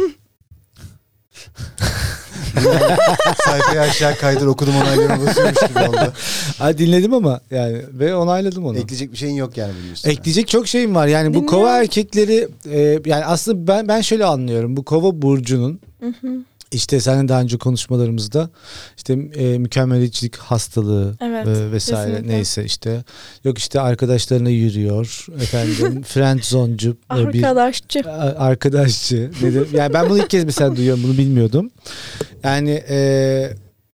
Sayfayı aşağı kaydır okudum onaylarına basıyormuş gibi oldu. Ha, dinledim ama yani ve onayladım onu. Ekleyecek bir şeyin yok yani bunun üstüne. Ekleyecek çok şeyim var. Yani bu Dinliyorum. kova erkekleri e, yani aslında ben ben şöyle anlıyorum. Bu kova burcunun Hı hı. işte seninle daha önce konuşmalarımızda işte e, mükemmeliyetçilik hastalığı Evet, e, vesaire kesinlikle. neyse işte yok işte arkadaşlarına yürüyor efendim friend zone'cu e, bir Arkadaşçı. a- arkadaşçı nedir? Yani ben bunu ilk kez mesela duyuyorum, bunu bilmiyordum. Yani e,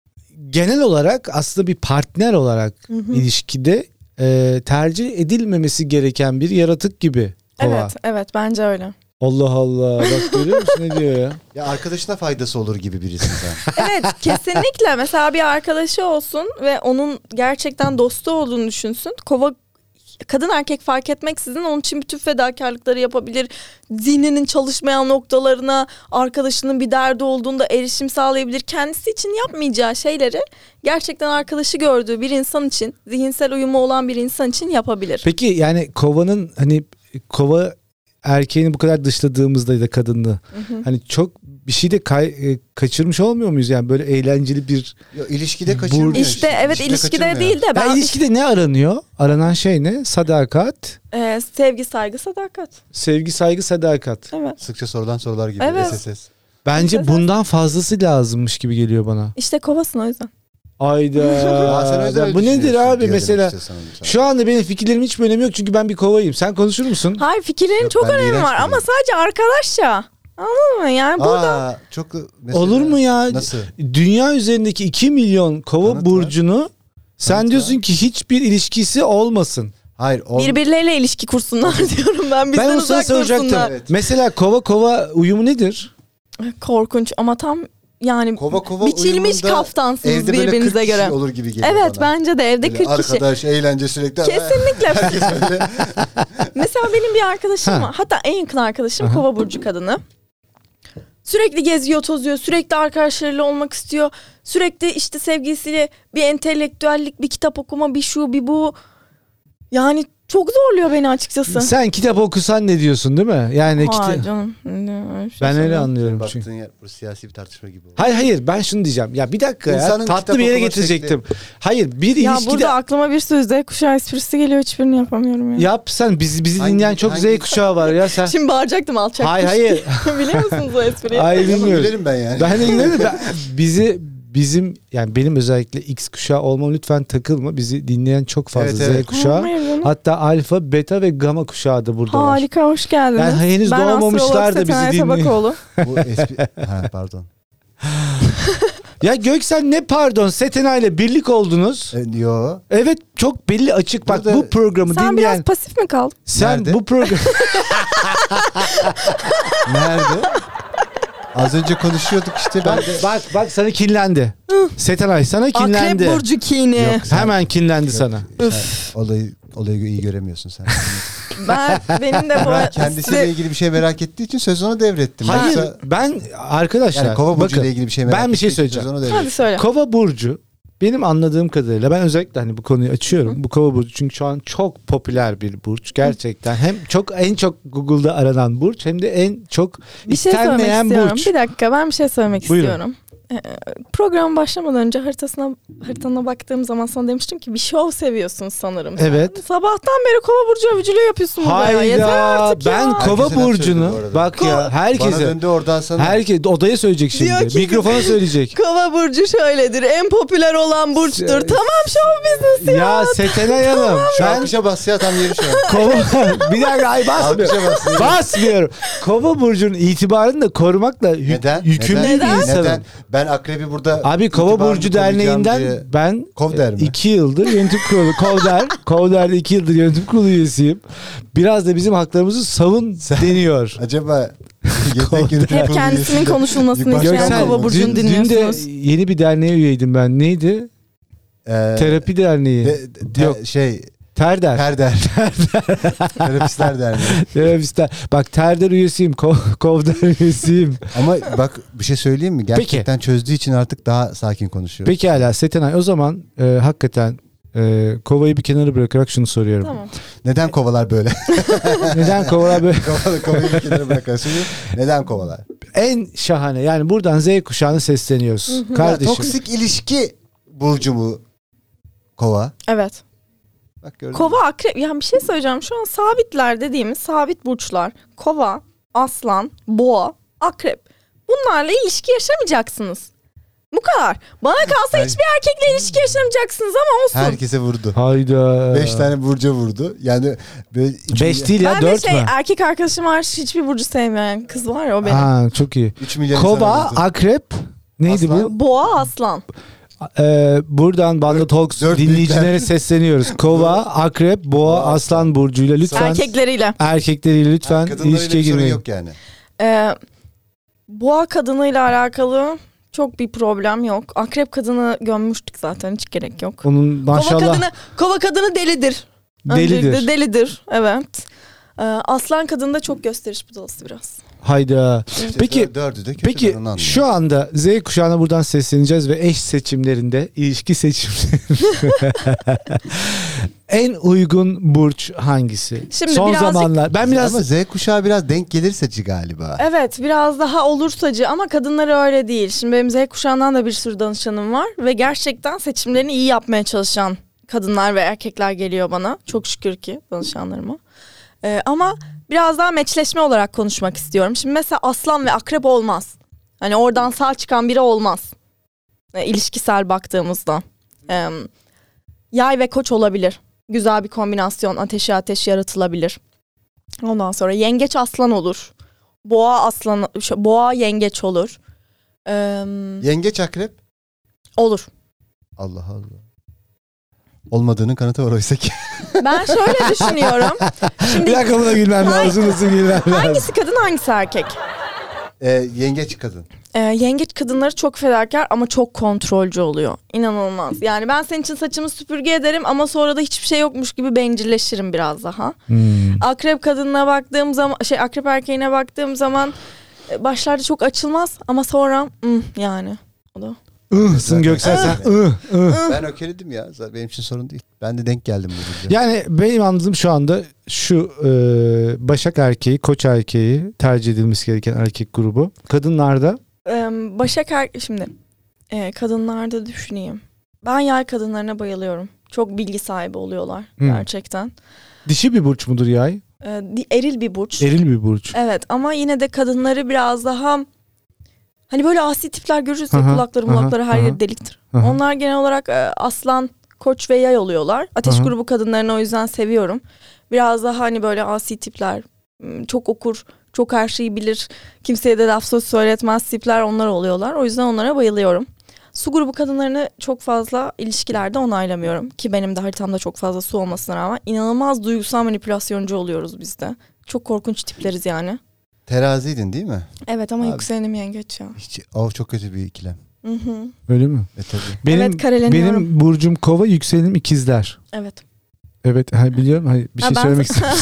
genel olarak aslında bir partner olarak Hı hı. ilişkide e, tercih edilmemesi gereken bir yaratık gibi kova. Evet, evet bence öyle. Allah Allah, bak görüyor musun ne diyor ya? Ya arkadaşına faydası olur gibi birisin sen. Evet, kesinlikle. Mesela bir arkadaşı olsun ve onun gerçekten dostu olduğunu düşünsün. Kova kadın erkek fark etmeksizin onun için bütün fedakarlıkları yapabilir. Zihninin çalışmayan noktalarına, arkadaşının bir derdi olduğunda erişim sağlayabilir. Kendisi için yapmayacağı şeyleri gerçekten arkadaşı gördüğü bir insan için, zihinsel uyumu olan bir insan için yapabilir. Peki yani kovanın hani kova erkeğini bu kadar dışladığımızda ya da kadını Hı hı. hani çok bir şey de kay- e, kaçırmış olmuyor muyuz yani böyle eğlenceli bir Yo, ilişkide kaçırmıyor. İşte evet ilişkide kaçırmıyor. değil de ya ben ilişkide ne aranıyor? Aranan şey ne? Sadakat, e, sevgi, saygı, sadakat. sevgi, saygı, sadakat. Evet. Sıkça sorulan sorular gibi. Evet. S S S. Bence Mesela- bundan fazlası lazımmış gibi geliyor bana. İşte kovasın o yüzden. Ayda. Aa, sen o yüzden öyle bu nedir düşünüyorsun abi diyor mesela? demek istiyorsan onu. Şu anda benim fikirlerim hiç önemi yok çünkü ben bir kovayım. Sen konuşur musun? Hayır fikirlerin Yok, çok ben de önemi iğrenç var ama buluyorum. sadece arkadaşça. Anladın mı? Yani burada Aa, çok mesela, Olur mu ya? Nasıl? Dünya üzerindeki iki milyon kova Kanıt var. burcunu sen Kanıt diyorsun var. ki hiçbir ilişkisi olmasın. Hayır. O... birbirleriyle ilişki kursunlar diyorum ben. Bizden Ben onu sana uzak soracaktım. dursunlar. Evet. Mesela kova kova uyumu nedir? Korkunç ama tam yani Kova kova biçilmiş uyumunda kaftansınız evde böyle birbirinize kırk göre. kişi olur gibi geliyor Evet bana. bence de evde Böyle kırk kişi. arkadaş, eğlence sürekli. Kesinlikle. Herkes böyle. Mesela benim bir arkadaşım Ha. var. Hatta en yakın arkadaşım Aha. kova burcu kadını. Sürekli geziyor, tozuyor. Sürekli arkadaşlarıyla olmak istiyor. Sürekli işte sevgilisiyle bir entelektüellik, bir kitap okuma, bir şu, bir bu. Yani çok zorluyor beni açıkçası. Sen kitap okusan ne diyorsun değil mi? Yani Hayır kita- canım. Ne, öyle bir şey ben öyle söylemiyorum. anlıyorum Baktığın çünkü. yer burası siyasi bir tartışma gibi oldu. Hayır hayır ben şunu diyeceğim. Ya bir dakika ya İnsanın tatlı kitap bir yere okuma getirecektim. Hayır bir Ya ilişkide burada aklıma bir sürü Z kuşağı esprisi geliyor. Hiçbirini yapamıyorum ya. yap sen bizi bizi Hangi- dinleyen çok hangi- Z kuşağı var ya sen. Şimdi bağıracaktım alçak Hayır kuş hayır. diye. Biliyor musunuz o espriyi? Hayır Ama bilmiyorum. gülerim ben yani. Ben de gülerim. Ben- bizi bizim yani benim özellikle X kuşağı olmam lütfen takılma. Bizi dinleyen çok fazla Evet, evet. Z kuşağı. Hayır canım. Hatta alfa, beta ve gamma kuşağı da burada var. Harika hoş geldiniz. Yani henüz ben doğmamışlar da bizi Setenay dinliyor. Tabakoğlu. Bu espri... ha pardon. Ya Göksel ne pardon Setena ile birlik oldunuz. E, yo. Evet çok belli açık bak Burada- bu programı Sen dinleyen biraz pasif mi kaldın? sen Nerede? bu program Nerede? Az önce konuşuyorduk işte ben bak de. bak bak sana kinlendi. Setenay sana kinlendi. Akrep burcu kini. Yok, sen- Hemen kinlendi sana. sen olayı olayı iyi göremiyorsun sen. Ben benim de bu Ben kendisiyle size- ilgili bir şey merak ettiği için sözü ona devrettim. Hayır Yoksa- ben arkadaşlar yani kova burcu ile bakın ilgili bir şey merak ben bir şey ettiği için söyleyeceğim. sözü ona devrettim. Hadi söyle. Kova burcu benim anladığım kadarıyla ben özellikle hani bu konuyu açıyorum. Bu kova burcu çünkü şu an çok popüler bir burç gerçekten. Hem çok en çok Google'da aranan burç hem de en çok Bir şey söylemek istenmeyen istiyorum. burç. Bir dakika ben bir şey söylemek Buyurun. istiyorum. Program başlamadan önce haritasına haritana baktığım zaman sana demiştim ki bir şov seviyorsun sanırım. Evet. Sen. Sabahtan beri kova burcu övücülüğü yapıyorsun burada ya. Yeter Hayda artık ben ya. kova Herkese laf burcunu söyledi bu bak arada. ya Bana herkese döndü oradan sana. herkes odaya söyleyecek Diyor şimdi. ki- Mikrofona söyleyecek. Kova burcu şöyledir. En popüler olan burçtur. Şey- Tamam show business ya. Ya Setenay Hanım Şu ben alkışa bas ya tam yeri şu an. kova bir dakika ay basmıyorum. Alkışa bas. Basmıyorum. Kova burcunun itibarını da korumakla yük- Neden? yükümlü Neden? bir insanım. Neden? Ben akrebi burada Abi Kova itibarını Burcu koruyacağım Derneği'nden diye- ben Kov der mi? iki yıldır yönetim kurulu Kovder, Kovder'de iki yıldır yönetim kurulu üyesiyim. Biraz da bizim haklarımızı savun deniyor. Acaba Hep kendisinin konuşulmasını Göksel, isteyen Göksel, Kova burcunu dün, dün de dinliyorsunuz. yeni bir derneğe üyeydim ben. Neydi? Ee, Terapi Derneği. de- te- Yok. Şey Terder. Terder. Terapistler Derneği. Terapistler. Bak Terder üyesiyim. Ko- Kovder üyesiyim. Ama bak bir şey söyleyeyim mi? Gerçekten çözdüğü için artık daha sakin konuşuyor. Pekala Setenay o zaman e, hakikaten e, kovayı bir kenara bırakarak şunu soruyorum. Tamam. Neden kovalar böyle? Neden kovalar böyle? Kovalı kovayı bir kenara bırakıyorsun. Neden kovalar? En şahane yani buradan Z kuşağına sesleniyoruz. Hı hı. Ya, Kardeşim. toksik ilişki burcu mu kova? Evet. Bak gördün mü? Kova, akrep. Yani bir şey söyleyeceğim. Şu an sabitler dediğimiz sabit burçlar. Kova, aslan, boğa, akrep. Bunlarla ilişki yaşamayacaksınız. Bu kadar. Bana kalsa Her- hiçbir erkekle ilişki yaşamayacaksınız ama olsun. Herkese vurdu. Hayda. Beş tane burca vurdu. Yani böyle üç Beş milyar- değil ya ben de dört şey mü? erkek arkadaşım var hiçbir burcu sevmeyen kız var ya o benim. Ha çok iyi. üç milyar Kova, insan vurdu. akrep. Neydi Aslan. Boğa, aslan. bu? Ee, buradan Banda Talks Dört dinleyicilere büyükler. sesleniyoruz. Kova, akrep, boğa, Boğa, aslan burcuyla lütfen Erkekleriyle. erkekleriyle lütfen Kadınlarıyla ilişkiye bir sorun girmeyin. yok yani. Ee, boğa kadınıyla alakalı çok bir problem yok. Akrep kadını gömmüştük zaten hiç gerek yok. Onun Kova maşallah kadını, kova kadını delidir. Delidir. Öncelikle delidir. Evet. Ee, aslan kadın da çok gösteriş budalası biraz. hayda. İşte Peki- dör- dördü de kötü, Peki ben onu anlıyorum. şu anda Z kuşağına buradan sesleneceğiz ve eş seçimlerinde, ilişki seçimlerinde en uygun burç hangisi? Şimdi Son birazcık- zamanlar. Ben biraz Ama Z kuşağı biraz denk gelirse galiba. Evet biraz daha olursacı ama kadınları öyle değil. Şimdi benim Z kuşağından da bir sürü danışanım var ve gerçekten seçimlerini iyi yapmaya çalışan kadınlar ve erkekler geliyor bana. Çok şükür ki danışanlarıma. Ee, ama biraz daha meçleşme olarak konuşmak istiyorum. Şimdi mesela aslan ve akrep olmaz. Hani oradan sağ çıkan biri olmaz. E, ilişkisel baktığımızda. Ee, yay ve koç olabilir. Güzel bir kombinasyon ateşi ateş yaratılabilir. Ondan sonra yengeç aslan olur. Boğa aslan, şu- boğa yengeç olur. Ee, Yengeç akrep. olur. Allah Allah. Olmadığının kanıtı var oysa ki. Ben şöyle düşünüyorum. bir Şimdi dakika buna gülmem Hangi- lazım. Nasıl gülmem lazım? hangisi kadın hangisi erkek? Ee, yengeç kadın. Ee, yengeç kadınları çok fedakar ama çok kontrolcü oluyor. İnanılmaz. Yani ben senin için saçımı süpürge ederim ama sonra da hiçbir şey yokmuş gibi bencilleşirim biraz daha. Hmm. Akrep kadınına baktığım zaman, şey akrep erkeğine baktığım zaman e, başlarda çok açılmaz ama sonra hmm, yani o da. Ihsın Göksel sen. ıh, ıh. Ben ökeledim ya. Zaten benim için sorun değil. Ben de denk geldim bu burca. Yani benim anladığım şu anda şu e, Başak erkeği, Koç erkeği tercih edilmesi gereken erkek grubu. Kadınlarda Ee, Başak er şimdi e, kadınlarda düşüneyim. Ben yay kadınlarına bayılıyorum. Çok bilgi sahibi oluyorlar Hmm. gerçekten. dişi bir burç mudur yay? Ee, di- eril bir burç. Eril bir burç. Evet ama yine de kadınları biraz daha hani böyle asi tipler görürüz ya Aha, kulakları aha, mulakları her aha. yeri deliktir. Aha. Onlar genel olarak e, aslan, koç ve yay oluyorlar. Ateş Aha. grubu kadınlarını o yüzden seviyorum. Biraz daha hani böyle asi tipler, m, çok okur, çok her şeyi bilir, kimseye de laf söz söyletmez tipler onlar oluyorlar. O yüzden onlara bayılıyorum. Su grubu kadınlarını çok fazla ilişkilerde onaylamıyorum. Ki benim de haritamda çok fazla su olmasına rağmen inanılmaz duygusal manipülasyoncu oluyoruz biz de. Çok korkunç tipleriz yani. Teraziydin değil mi? Evet ama Abi. yükselenim yengeç ya. Hiç, o çok kötü bir ikilem. Hı hı. Öyle mi? E tabii. Benim, Evet, kareleniyorum. benim burcum Kova, yükselenim ikizler. Evet. Evet ha, biliyorum. Hayır, bir Ha, şey ben- söylemek istiyorum.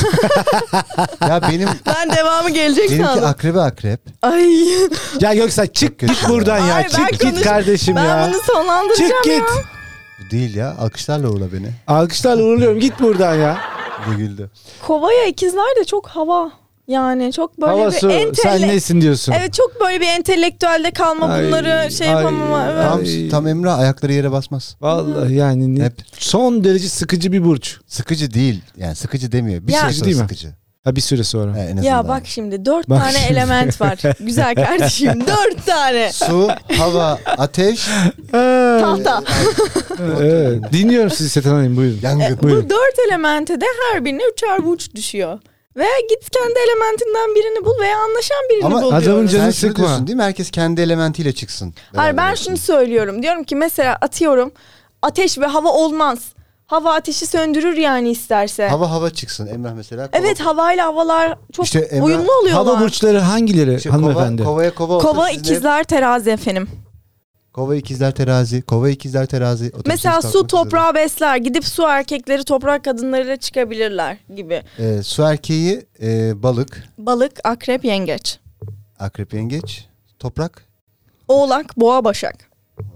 Ya benim Ben devamı gelecek benimki sandım. akrebe akrep. Ay. Ya Göksel çık kötü git ya. buradan ya. Ay, ben çık git konuş- kardeşim Ben ya. bunu sonlandıracağım Çık ya. git. Bu değil ya. Alkışlarla uğurla beni. Alkışlarla uğurluyorum. Git buradan ya. Bir de güldü. Kovaya ikizler de çok hava. Yani çok böyle Hava bir su entele... sen nesin diyorsun. Evet, çok böyle bir entelektüelde kalma, Ay, bunları şey ay, yapamama. Evet. Tam, Ay. tam Emrah ayakları yere basmaz. Vallahi yani ne- Hep. son derece sıkıcı bir burç. Sıkıcı değil. Yani sıkıcı demiyor. Bir Ya- süre Sıkıcı sonra değil mi? sıkıcı. Ha bir süre sonra. He, en azından. Ya bak şimdi dört Bak tane şimdi. element var. Güzel kardeşim, dört tane. Su, hava, ateş, Tahta. Evet. Dinliyorum sizi Setan Hanım, buyurun. yangın. Bu Buyurun. dört elemente de her birine üçer burç düşüyor. Ve git kendi elementinden birini bul veya anlaşan birini Ama bul adamın diyoruz. canı Sen şunu sıkma. diyorsun değil mi? Herkes kendi elementiyle çıksın. Hayır, ben Beraber şunu olsun. söylüyorum. Diyorum ki mesela atıyorum ateş ve hava olmaz. Hava ateşi söndürür yani isterse. Hava hava çıksın. Emrah mesela. Kova, Evet, havayla havalar çok İşte Emrah- uyumlu oluyorlar. Hava burçları hangileri İşte hanımefendi? Kova, kovaya kova olsa Kova, sizin hep- ikizler, terazi efendim. Kova ikizler terazi. Kova ikizler terazi. Otobüsünüz Mesela su kalkmak üzere. toprağı besler. Gidip su erkekleri toprak kadınlarıyla çıkabilirler gibi. Ee, su erkeği e, balık. Balık, akrep, yengeç. Akrep yengeç. Toprak. Oğlak, boğa, başak.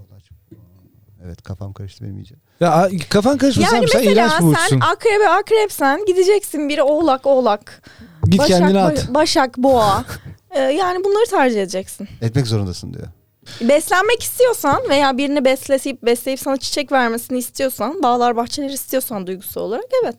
Evet, kafam karıştı benim iyice. Ya a- kafan karışmasın Yani abi, sen mesela iğrenç bir burçsun. sen akrebe akrepsen gideceksin, biri oğlak oğlak. Git Başak, kendini ba- at. Başak, boğa. Ee, yani bunları tercih edeceksin. Etmek zorundasın diyor. Beslenmek istiyorsan veya birini besleyip besleyip sana çiçek vermesini istiyorsan, bağlar bahçeler istiyorsan duygusal olarak, evet.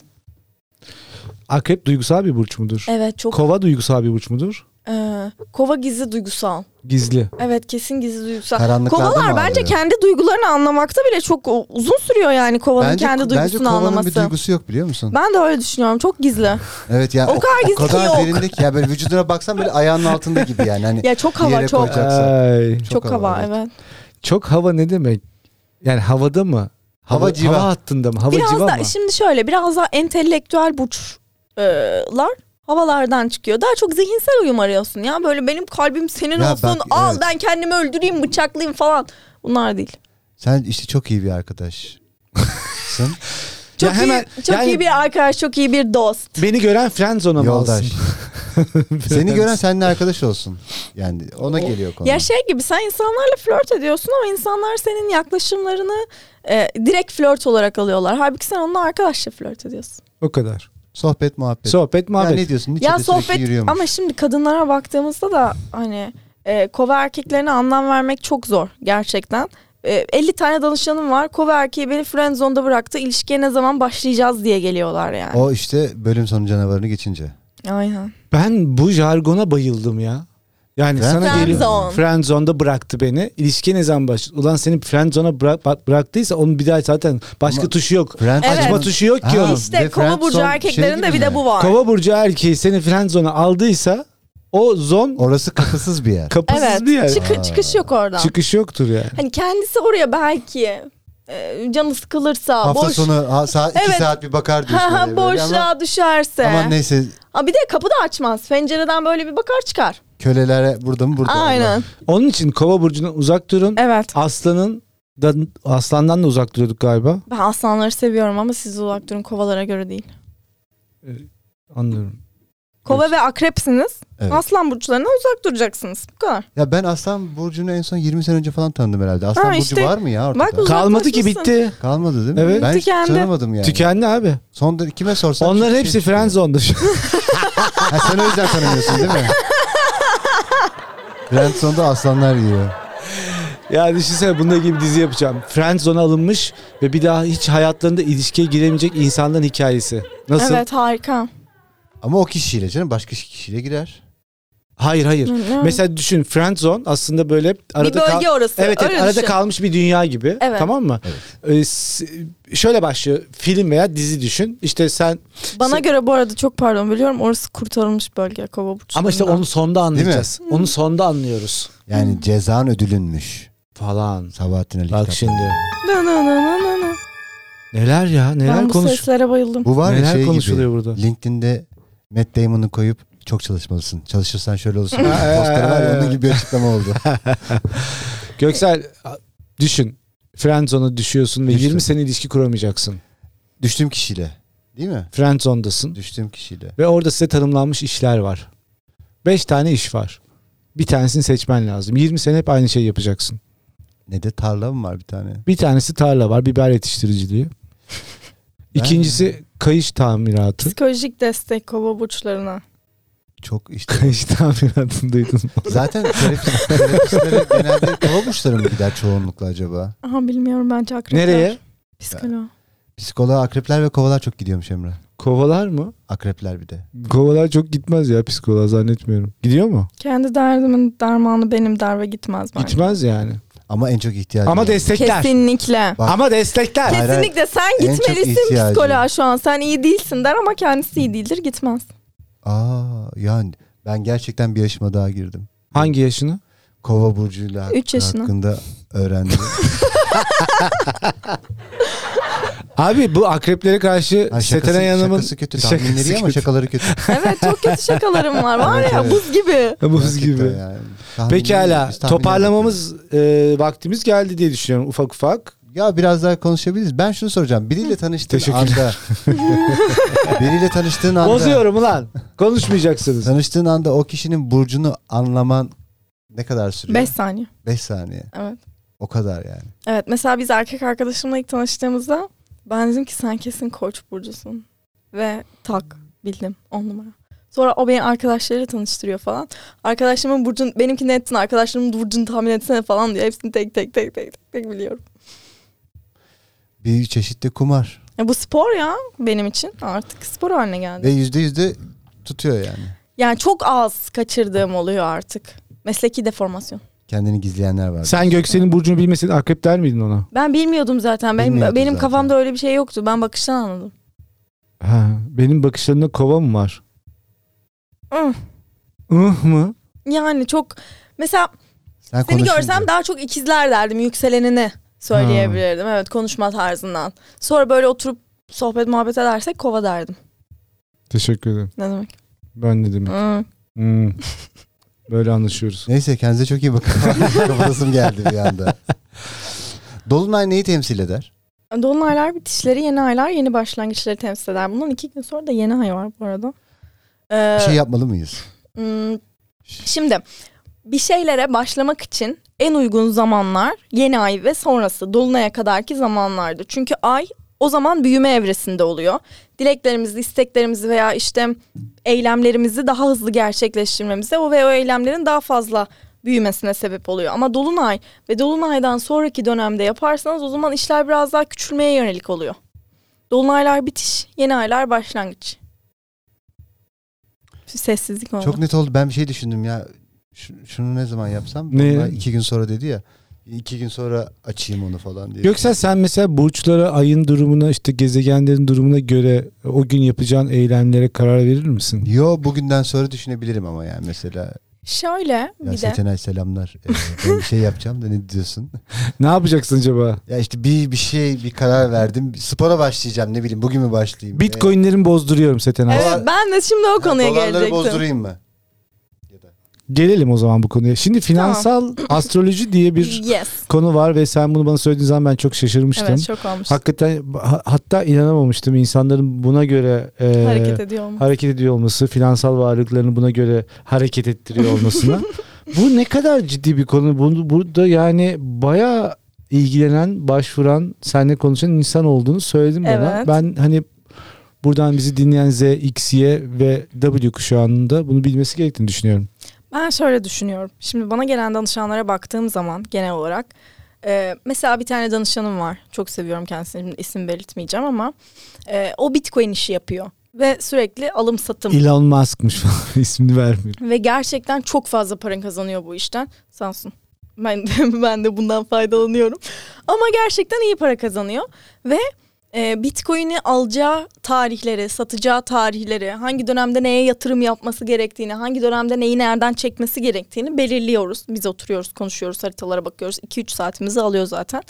Akrep duygusal bir burç mudur? Evet, çok. Kova duygusal bir burç mudur? Ee, kova gizli duygusal. Gizli. Evet, kesin gizli duygusal. Karanlıklarda Kovalar mı bence ağlıyor? kendi duygularını anlamakta bile çok o- uzun sürüyor yani kovanın Bence, kendi bence duygusunu kovanın anlaması. bir duygusu yok biliyor musun? Ben de öyle düşünüyorum. Çok gizli. Evet ya. O kadar gizli o kadar ki yok. derindeki ya, böyle vücuduna baksan böyle ayağının altında gibi yani. Hani Ya çok bir hava, yere çok. koyacaksan. Ay. Çok, hava, evet. Çok hava ne demek? Yani havada mı? Hava civa. Hava hattında mı? Hava Biraz civa da mı? şimdi şöyle biraz daha entelektüel burçlar havalardan çıkıyor. Daha çok zihinsel uyum arıyorsun ya. Böyle benim kalbim senin Ya olsun. bak, Al evet. ben kendimi öldüreyim, bıçaklayayım falan. Bunlar değil. Sen işte çok iyi bir arkadaşsın. Çok Ya hemen- iyi, çok yani- iyi bir arkadaş, çok iyi bir dost. Beni gören friendzone'a mı alsın? Yoldaş. Seni gören seninle arkadaş olsun. Yani ona geliyor konu. Ya şey gibi, sen insanlarla flört ediyorsun ama insanlar senin yaklaşımlarını e, direkt flört olarak alıyorlar. Halbuki sen onunla arkadaşça flört ediyorsun. O kadar. Sohbet muhabbet. Sohbet Ya muhabbet. ne diyorsun? Nietzsche Ya de sürekli sohbet yürüyormuş. ama şimdi kadınlara baktığımızda da hani e, kova erkeklerine anlam vermek çok zor gerçekten. E, elli tane danışanım var. Kova erkeği beni friendzone'da bıraktı. İlişkiye ne zaman başlayacağız diye geliyorlar yani. O işte bölüm sonu canavarını geçince. Aynen. Ben bu jargona bayıldım ya. Yani Friend- sana geliyor. Friendzone. Friendzone'da bıraktı beni. İlişki ne zaman başladı? Ulan seni friendzone'a bırak, bak- bıraktıysa onun bir daha zaten başka Ama- tuşu yok. Friend Evet. Açma tuşu yok ki Ha, onun. İşte ve kova burcu friendzone erkeklerin şey de gibi bir de mi? bu var. Kova burcu erkeği seni friendzone'a aldıysa o zon Orası kapısız bir yer. kapısız Evet. bir yer. Çık- çıkış yok oradan. Çıkış yoktur yani. Hani kendisi oraya belki e, canı sıkılırsa, Hafta boş sonu ha, saat, iki Evet. saat bir bakar diyorsun. ha, oraya böyle boşluğa ama, düşerse. ama neyse Ha, bir de kapı da açmaz. Pencereden böyle bir bakar çıkar. kölelere burada mı burada mı? Aynen. Onun için kova burcundan uzak durun. Evet. Aslanın da, aslandan da uzak duruyorduk galiba. Ben aslanları seviyorum ama siz uzak durun, kovalara göre değil. Anlıyorum. Kova Evet. ve akrepsiniz. Evet. Aslan burçlarına uzak duracaksınız. Bu kadar. Ya ben Aslan Burcu'nu en son yirmi sene önce falan tanıdım herhalde. Aslan Ha, Burcu işte. var mı ya ortada? Bak, uzak- Kalmadı ki Uzaklaşmışsın. bitti. Kalmadı değil mi? Evet. Ben hiç Tükendi. tanımadım yani. Tükendi abi. Son da kime sorsam. Onların hiçbir hepsi şey çıkmıyor. friendzone'da şu. Ha, sen o yüzden tanımıyorsun değil mi? Friendzone'da aslanlar yiyor. Ya düşünsene bununla ilgili bir dizi yapacağım. Friendzone'a alınmış ve bir daha hiç hayatlarında ilişkiye giremeyecek insanların hikayesi. Nasıl? Evet, harika. Ama o kişiyle canım başka kişiyle girer. Hayır hayır. Hı, Mesela düşün, friendzone aslında böyle arada bir bölge kal- orası. Evet, evet Öyle arada düşün. kalmış bir dünya gibi. Evet. Tamam mı? Ee, s- şöyle başlıyor. Film veya dizi düşün. İşte sen Bana sen- göre bu arada çok pardon biliyorum, orası kurtarılmış bölge kova burçlarında. ama işte onu sonda anlayacağız. Onu sonda anlıyoruz Yani cezan ödülünmüş. falan. Sabahattin Ali Bak kitapları. şimdi. Na, na, na, na, na, na. Neler ya? Neler Ben bu konuş? seslere bayıldım. Bu var ya Neler şey konuşuluyor gibi. burada? LinkedIn'de Matt Damon'u koyup çok çalışmalısın. Çalışırsan şöyle olursun. Ha, Postları var ya, ha, onun gibi bir açıklama oldu. Göksel düşün. Friendzone'a düşüyorsun ve Düştüm. yirmi sene ilişki kuramayacaksın. Düştüğüm kişiyle. Değil mi? Friendzone'dasın Düştüğüm kişiyle. ve orada size tanımlanmış işler var. beş tane iş var. Bir tanesini seçmen lazım. yirmi sene hep aynı şeyi yapacaksın. Ne de tarla mı var bir tane? Bir tanesi tarla var, biber yetiştiriciliği. İkincisi kayış tamiratı. Psikolojik destek kova burçlarına. Çok işte. Kayış tamiratını duydun mu? Zaten terapist- terapistlere genelde kova burçları mı gider çoğunlukla acaba? Aha bilmiyorum bence akrepler. Nereye? Psikoloğa. Psikoloğa akrepler ve kovalar çok gidiyormuş Emre. Kovalar mı? Akrepler bir de. Kovalar çok gitmez ya psikoloğa zannetmiyorum. Gidiyor mu? Kendi derdimin dermanı benim der ve gitmez bence. Gitmez yani. Ama en çok ihtiyacı Ama var. destekler. Kesinlikle. Bak, Ama destekler. Hayır, Kesinlikle sen En çok gitmelisin ihtiyacı. psikoloğa şu an. Sen iyi değilsin der ama kendisi iyi değildir gitmez. Aa, yani ben gerçekten bir yaşıma daha girdim. Hangi yaşını? Kova burcuyla Üç yaşına. hakkında öğrendim. Abi bu akreplere karşı Ha, şakası, Setenay Hanım'ın şakası kötü. Tahminleri iyi ama kötü. şakaları kötü. Evet çok kötü şakalarım var. Var Evet, ya evet. buz gibi. Buz Gerçekten gibi. yani. Tahminleri- Pekala biz tahminleri toparlamamız e, vaktimiz geldi diye düşünüyorum ufak ufak. yapıyoruz. Ya biraz daha konuşabiliriz. Ben şunu soracağım. Biriyle tanıştığın Teşekkürler. anda biriyle tanıştığın anda Bozuyorum ulan. Konuşmayacaksınız. tanıştığın anda o kişinin burcunu anlaman ne kadar sürüyor? Beş saniye. beş saniye. Evet. O kadar yani. Evet mesela biz erkek arkadaşımla ilk tanıştığımızda ben dedim ki sen kesin Koç burcusun. Ve tak bildim on numara. Sonra o beni arkadaşlarıyla tanıştırıyor falan. Arkadaşlarımın burcunu benimki ne ettin arkadaşlarımın burcunu tahmin etsene falan diye hepsini tek tek tek tek tek, tek biliyorum. Bir çeşitli kumar. Ya bu spor ya benim için artık spor haline geldi. Ve yüzde yüzde tutuyor yani. Yani çok az kaçırdığım oluyor artık. Mesleki deformasyon. Kendini gizleyenler var. Sen Göksel'in burcunu bilmeseydin akrep der miydin ona? Ben bilmiyordum zaten. Benim, Bilmiyordun benim zaten. kafamda öyle bir şey yoktu. Ben bakıştan anladım. Ha, benim bakışlarımda kova mı var? Ih. Ih mı? Yani çok mesela Sen seni konuşunca- görsem daha çok ikizler derdim. Yükselenini söyleyebilirdim. Evet konuşma tarzından. Sonra böyle oturup sohbet muhabbet edersek kova derdim. Teşekkür ederim. Ne demek? Ben ne demek? Hı. Hmm. Böyle anlaşıyoruz. Neyse kendinize çok iyi bakın. Kapatasım geldi bir anda. Dolunay neyi temsil eder? Dolunaylar bitişleri, yeni aylar, yeni başlangıçları temsil eder. Bundan iki gün sonra da yeni ay var bu arada. Ee, Bir şey yapmalı mıyız? hmm, şimdi bir şeylere başlamak için en uygun zamanlar yeni ay ve sonrası dolunaya kadarki zamanlardır. Çünkü ay o zaman büyüme evresinde oluyor. Dileklerimizi, isteklerimizi veya işte eylemlerimizi daha hızlı gerçekleştirmemize o ve o eylemlerin daha fazla büyümesine sebep oluyor. Ama dolunay ve dolunaydan sonraki dönemde yaparsanız o zaman işler biraz daha küçülmeye yönelik oluyor. Dolunaylar bitiş, yeni aylar başlangıç. Şu sessizlik oldu. Çok net oldu. Ben bir şey düşündüm ya. Ş- şunu ne zaman yapsam? Ne? Dolunay iki gün sonra dedi ya. İki gün sonra açayım onu falan diye. Göksel sen mesela burçlara, ayın durumuna, işte gezegenlerin durumuna göre o gün yapacağın eylemlere karar verir misin? Yo bugünden sonra düşünebilirim ama yani mesela. Şöyle Ya bir de Setenay selamlar. Ee, ben bir şey yapacağım da ne diyorsun? Ne yapacaksın acaba? Ya işte bir bir şey bir karar verdim. Spora başlayacağım ne bileyim bugün mü başlayayım? Bitcoin'lerin bozduruyorum Setenay. evet, Dolar- ben de şimdi o Ee, konuya dolarları gelecektim. bozdurayım mı? Ya da Gelelim o zaman bu konuya. Şimdi finansal astroloji diye bir Yes. konu var ve sen bunu bana söylediğin zaman ben çok şaşırmıştım. Evet çok olmuş. Hakikaten ha- hatta inanamamıştım insanların buna göre e, Hareket ediyor mu? hareket ediyor olması, finansal varlıklarını buna göre hareket ettiriyor olmasına. Bu ne kadar ciddi bir konu. Bunu burada yani bayağı ilgilenen, başvuran, seninle konuşan insan olduğunu söyledim bana. Evet. Ben hani buradan bizi dinleyen Z, X, Y ve W kuşağının da bunu bilmesi gerektiğini düşünüyorum. Ben şöyle düşünüyorum. Şimdi bana gelen danışanlara baktığım zaman genel olarak e, mesela bir tane danışanım var. Çok seviyorum kendisini. Şimdi isim belirtmeyeceğim ama e, o Bitcoin işi yapıyor. Ve sürekli alım satım. Elon Musk'mış falan ismini vermiyorum. Ve gerçekten çok fazla para kazanıyor bu işten. Sağ olsun. Ben de, ben de bundan faydalanıyorum. Ama gerçekten iyi para kazanıyor. Ve e, Bitcoin'i alacağı tarihleri, satacağı tarihleri, hangi dönemde neye yatırım yapması gerektiğini, hangi dönemde neyi nereden çekmesi gerektiğini belirliyoruz. Biz oturuyoruz, konuşuyoruz, haritalara bakıyoruz. iki üç saatimizi alıyor zaten.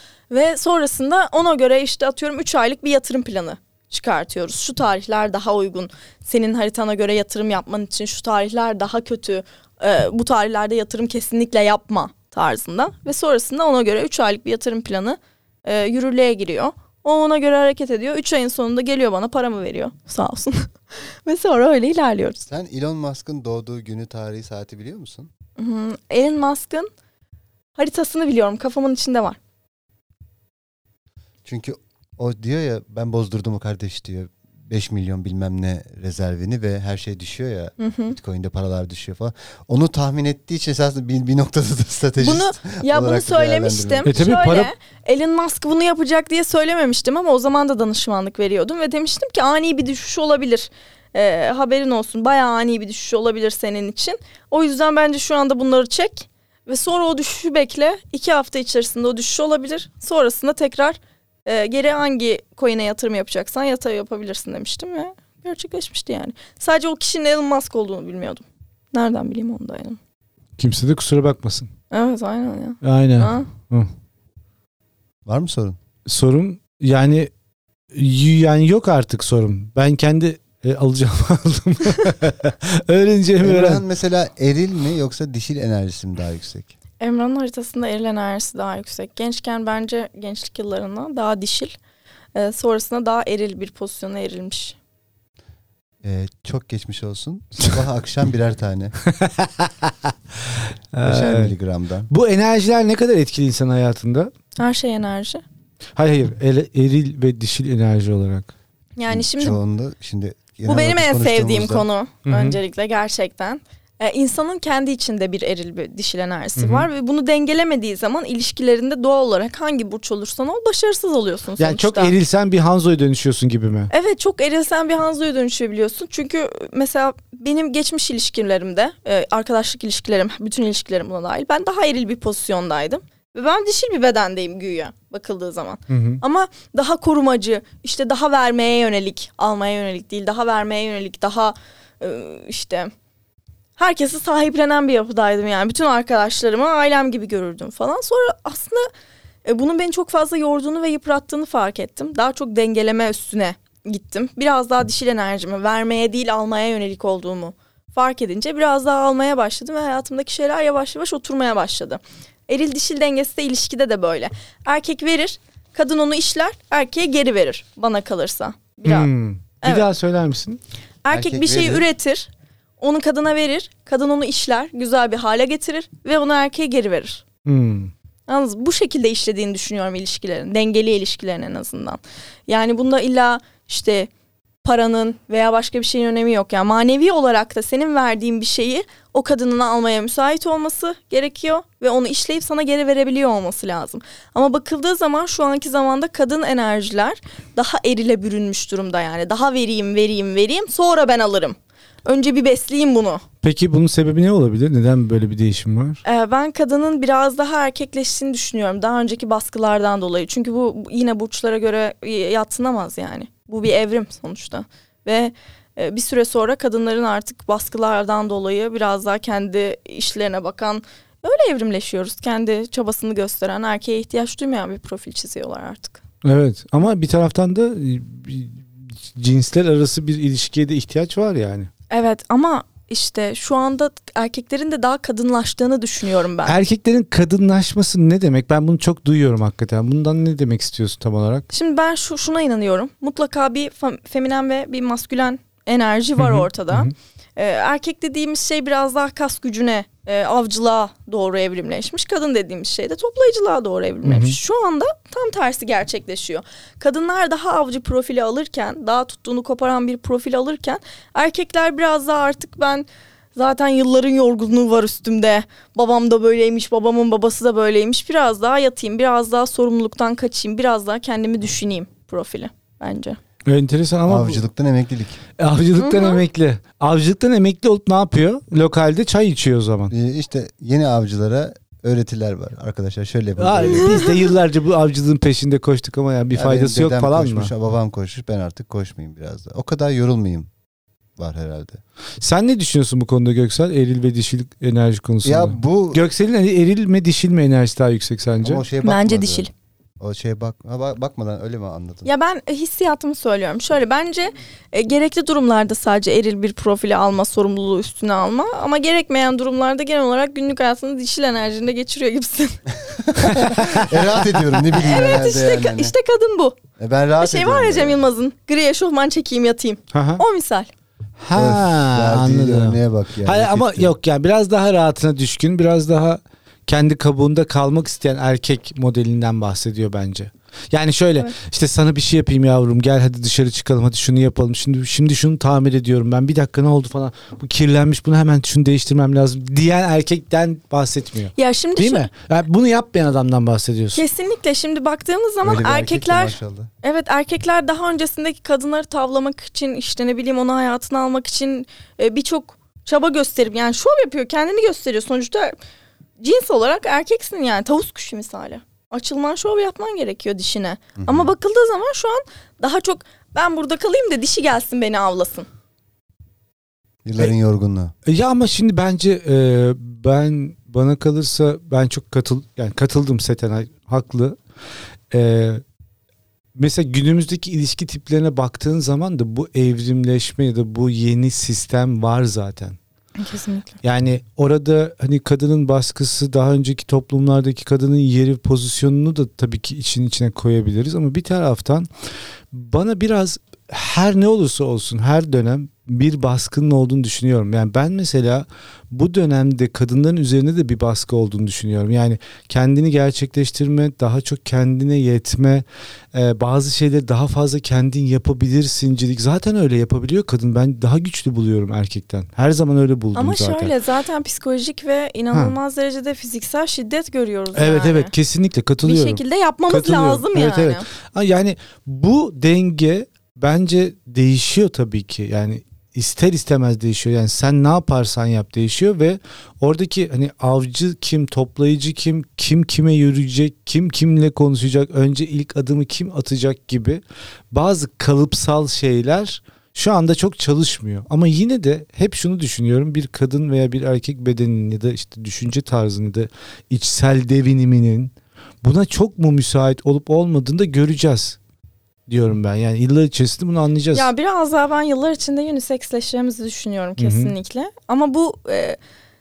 Ve sonrasında ona göre işte atıyorum üç aylık bir yatırım planı çıkartıyoruz. Şu tarihler daha uygun. Senin haritana göre yatırım yapman için şu tarihler daha kötü. Ee, bu tarihlerde yatırım kesinlikle yapma tarzında. Ve sonrasında ona göre üç aylık bir yatırım planı e, yürürlüğe giriyor. O ona göre hareket ediyor. üç ayın sonunda geliyor bana paramı veriyor. Sağ olsun. Ve sonra öyle ilerliyoruz. sen Elon Musk'ın doğduğu günü, tarihi, saati biliyor musun? Hmm, Elon Musk'ın haritasını biliyorum. Kafamın içinde var. Çünkü o diyor ya ben bozdurdum o kardeş diyor. beş milyon bilmem ne rezervini ve her şey düşüyor ya. Hı hı. Bitcoin'de paralar düşüyor falan. Onu tahmin ettiği için esasında bir, bir noktada da stratejist Bunu ya bunu olarak da söylemiştim. değerlendirmeli. E tabii Şöyle para- Elon Musk bunu yapacak diye söylememiştim ama o zaman da danışmanlık veriyordum ve demiştim ki ani bir düşüş olabilir. Ee, haberin olsun, bayağı ani bir düşüş olabilir senin için. O yüzden bence şu anda bunları çek ve sonra o düşüşü bekle. İki hafta içerisinde o düşüş olabilir. Sonrasında tekrar e, geri hangi coin'e yatırım yapacaksan yatırım yapabilirsin demiştim ve gerçekleşmişti yani. Sadece o kişinin Elon Musk olduğunu bilmiyordum. Nereden bileyim onu da yani. Kimse de kusura bakmasın. Evet aynen ya. Aynen. Ha? Var mı sorun? Sorum yani y- yani yok artık sorum. Ben kendi e, alacağımı aldım. Öğreneceğimi Emrah'ın öğren. mesela eril mi yoksa dişil enerjisi mi daha yüksek? Emrah'ın haritasında eril enerjisi daha yüksek. Gençken bence gençlik yıllarında daha dişil. Ee, sonrasında daha eril bir pozisyona erilmiş. Ee, çok geçmiş olsun. Sabah akşam birer tane. Beşer Ee, miligramdan. bu enerjiler ne kadar etkili insan hayatında? Her şey enerji. Hayır hayır. Ele- eril ve dişil enerji olarak. Yani şimdi Çoğunda şimdi bu benim en sevdiğim konu. Hı hı. Öncelikle gerçekten. Ee, insanın kendi içinde bir eril bir dişil enerjisi Hı hı. var ve bunu dengelemediği zaman ilişkilerinde doğal olarak hangi burç olursan ol başarısız oluyorsun sonuçta. Yani çok erilsen bir Hanzo'ya dönüşüyorsun gibi mi? Evet, çok erilsen bir Hanzo'ya dönüşebiliyorsun. Çünkü mesela benim geçmiş ilişkilerimde, e, arkadaşlık ilişkilerim, bütün ilişkilerim buna dahil. Ben daha eril bir pozisyondaydım. Ve ben dişil bir bedendeyim güya bakıldığı zaman. Hı hı. Ama daha korumacı, işte daha vermeye yönelik, almaya yönelik değil, daha vermeye yönelik, daha e, işte herkesi sahiplenen bir yapıdaydım yani. Bütün arkadaşlarımı ailem gibi görürdüm falan. Sonra aslında e, bunun beni çok fazla yorduğunu ve yıprattığını fark ettim. Daha çok dengeleme üstüne gittim. Biraz daha dişil enerjimi, vermeye değil almaya yönelik olduğumu fark edince biraz daha almaya başladım ve hayatımdaki şeyler yavaş yavaş oturmaya başladı. Eril dişil dengesi de ilişkide de böyle. Erkek verir, kadın onu işler, erkeğe geri verir bana kalırsa. Biraz. Hmm. Bir Evet. daha söyler misin? Erkek, Erkek bir şeyi verir. üretir, onu kadına verir, kadın onu işler, güzel bir hale getirir ve onu erkeğe geri verir. Hmm. Yalnız bu şekilde işlediğini düşünüyorum ilişkilerin, dengeli ilişkilerin en azından. Yani bunda illa işte paranın veya başka bir şeyin önemi yok. Yani manevi olarak da senin verdiğin bir şeyi o kadının almaya müsait olması gerekiyor ve onu işleyip sana geri verebiliyor olması lazım. Ama bakıldığı zaman şu anki zamanda kadın enerjiler daha erile bürünmüş durumda yani. Daha vereyim, vereyim, vereyim, sonra ben alırım. Önce bir besleyeyim bunu. Peki bunun sebebi ne olabilir? Neden böyle bir değişim var? Ee, ben kadının biraz daha erkekleştiğini düşünüyorum. Daha önceki baskılardan dolayı. Çünkü bu bu yine burçlara göre yadsınamaz yani. Bu bir evrim sonuçta. Ve e, bir süre sonra kadınların artık baskılardan dolayı biraz daha kendi işlerine bakan, öyle evrimleşiyoruz. Kendi çabasını gösteren, erkeğe ihtiyaç duymayan bir profil çiziyorlar artık. Evet ama bir taraftan da e, bir cinsler arası bir ilişkiye de ihtiyaç var yani. Evet ama işte şu anda erkeklerin de daha kadınlaştığını düşünüyorum ben. Erkeklerin kadınlaşması ne demek? Ben bunu çok duyuyorum hakikaten. Bundan ne demek istiyorsun tam olarak? Şimdi ben şu şuna inanıyorum. Mutlaka bir fem- feminen ve bir maskülen enerji var Hı hı, ortada. hı hı. Ee, erkek dediğimiz şey biraz daha kas gücüne, e, avcılığa doğru evrimleşmiş. Kadın dediğimiz şey de toplayıcılığa doğru evrimleşmiş. Hı hı. Şu anda tam tersi gerçekleşiyor. Kadınlar daha avcı profili alırken, daha tuttuğunu koparan bir profil alırken, erkekler biraz daha artık ben zaten yılların yorgunluğu var üstümde. Babam da böyleymiş, babamın babası da böyleymiş. Biraz daha yatayım, biraz daha sorumluluktan kaçayım, biraz daha kendimi düşüneyim profili bence. Enteresan ama bu- Avcılıktan emeklilik. avcılıktan Hı hı. emekli. Avcılıktan emekli olup ne yapıyor? Lokalde çay içiyor o zaman. Ee, işte yeni avcılara öğretiler var. Arkadaşlar şöyle yapın. Aa, böyle. biz de yıllarca bu avcılığın peşinde koştuk ama yani bir Ya faydası benim yok dedem falan koşmuş, mı? babam koşmuş, ben artık koşmayayım biraz da. O kadar yorulmayayım var herhalde. Sen ne düşünüyorsun bu konuda Göksel? Eril ve dişil enerji konusunda. Ya bu Göksel'in eril mi dişil mi enerjisi daha yüksek sence? ama o şeye Bence bakmadı. dişil. O şeye bak, ha, bak bakmadan öyle mi anladın? Ya ben e, hissiyatımı söylüyorum. Şöyle bence e, gerekli durumlarda sadece eril bir profili alma, sorumluluğu üstüne alma. Ama gerekmeyen durumlarda genel olarak günlük hayatını dişil enerjinde geçiriyor gibisin. e, rahat ediyorum ne bileyim herhalde işte, yani. ka- hani. işte kadın bu. E, ben rahat Şey ediyorum. var ya Cem yani. Yılmaz'ın gri eşofman çekeyim yatayım. Ha ha. O misal. Ha Öf, verdiği anladım. örneğe bak ya. Hayır ne ama kötü. yok yani biraz daha rahatına düşkün, biraz daha kendi kabuğunda kalmak isteyen erkek modelinden bahsediyor bence. Yani şöyle Evet. işte sana bir şey yapayım yavrum, gel hadi dışarı çıkalım, hadi şunu yapalım. Şimdi şimdi şunu tamir ediyorum ben, bir dakika ne oldu falan. Bu kirlenmiş, bunu hemen şunu değiştirmem lazım diyen erkekten bahsetmiyor. Ya şimdi Değil şu, mi? Yani bunu yapmayan adamdan bahsediyorsun. kesinlikle şimdi baktığımız zaman Öyle bir erkek de erkekler maşallah. evet erkekler daha öncesindeki kadınları tavlamak için işte ne bileyim onu hayatına almak için e, birçok çaba gösterip yani şov yapıyor, kendini gösteriyor. Sonuçta cins olarak erkeksin yani, tavus kuşu misali. Açılman, şov yapman gerekiyor dişine. Hı hı. Ama bakıldığı zaman şu an daha çok ben burada kalayım da dişi gelsin beni avlasın. Yılların yorgunluğu. Ya ama şimdi bence e, ben bana kalırsa ben çok katıl yani katıldım Setenay, haklı. E, mesela günümüzdeki ilişki tiplerine baktığın zaman da bu evrimleşme ya da bu yeni sistem var zaten. Kesinlikle. Yani orada hani kadının baskısı, daha önceki toplumlardaki kadının yeri, pozisyonunu da tabii ki için içine koyabiliriz ama bir taraftan bana biraz her ne olursa olsun her dönem bir baskının olduğunu düşünüyorum. Yani ben mesela bu dönemde kadınların üzerinde de bir baskı olduğunu düşünüyorum. Yani kendini gerçekleştirme, daha çok kendine yetme, e, bazı şeyleri daha fazla kendin yapabilirsincilik. Zaten öyle yapabiliyor kadın. Ben daha güçlü buluyorum erkekten. Her zaman öyle buldum Ama zaten. şöyle zaten psikolojik ve inanılmaz derecede fiziksel şiddet görüyoruz Evet yani. evet kesinlikle Bir katılıyorum. şekilde yapmamız Katılıyorum. lazım Evet, yani. evet. Ha, yani bu denge bence değişiyor tabii ki. Yani ister istemez değişiyor. Yani sen ne yaparsan yap değişiyor ve oradaki hani avcı kim, toplayıcı kim, kim kime yürüyecek, kim kimle konuşacak, önce ilk adımı kim atacak gibi bazı kalıpsal şeyler şu anda çok çalışmıyor. Ama yine de hep şunu düşünüyorum. Bir kadın veya bir erkek bedeninin ya da işte düşünce tarzının ya da içsel deviniminin buna çok mu müsait olup olmadığını da göreceğiz diyorum ben. Yani yıllar içerisinde bunu anlayacağız. Ya biraz daha ben yıllar içinde uniseksleşeceğimizi düşünüyorum kesinlikle. Hı hı. Ama bu e,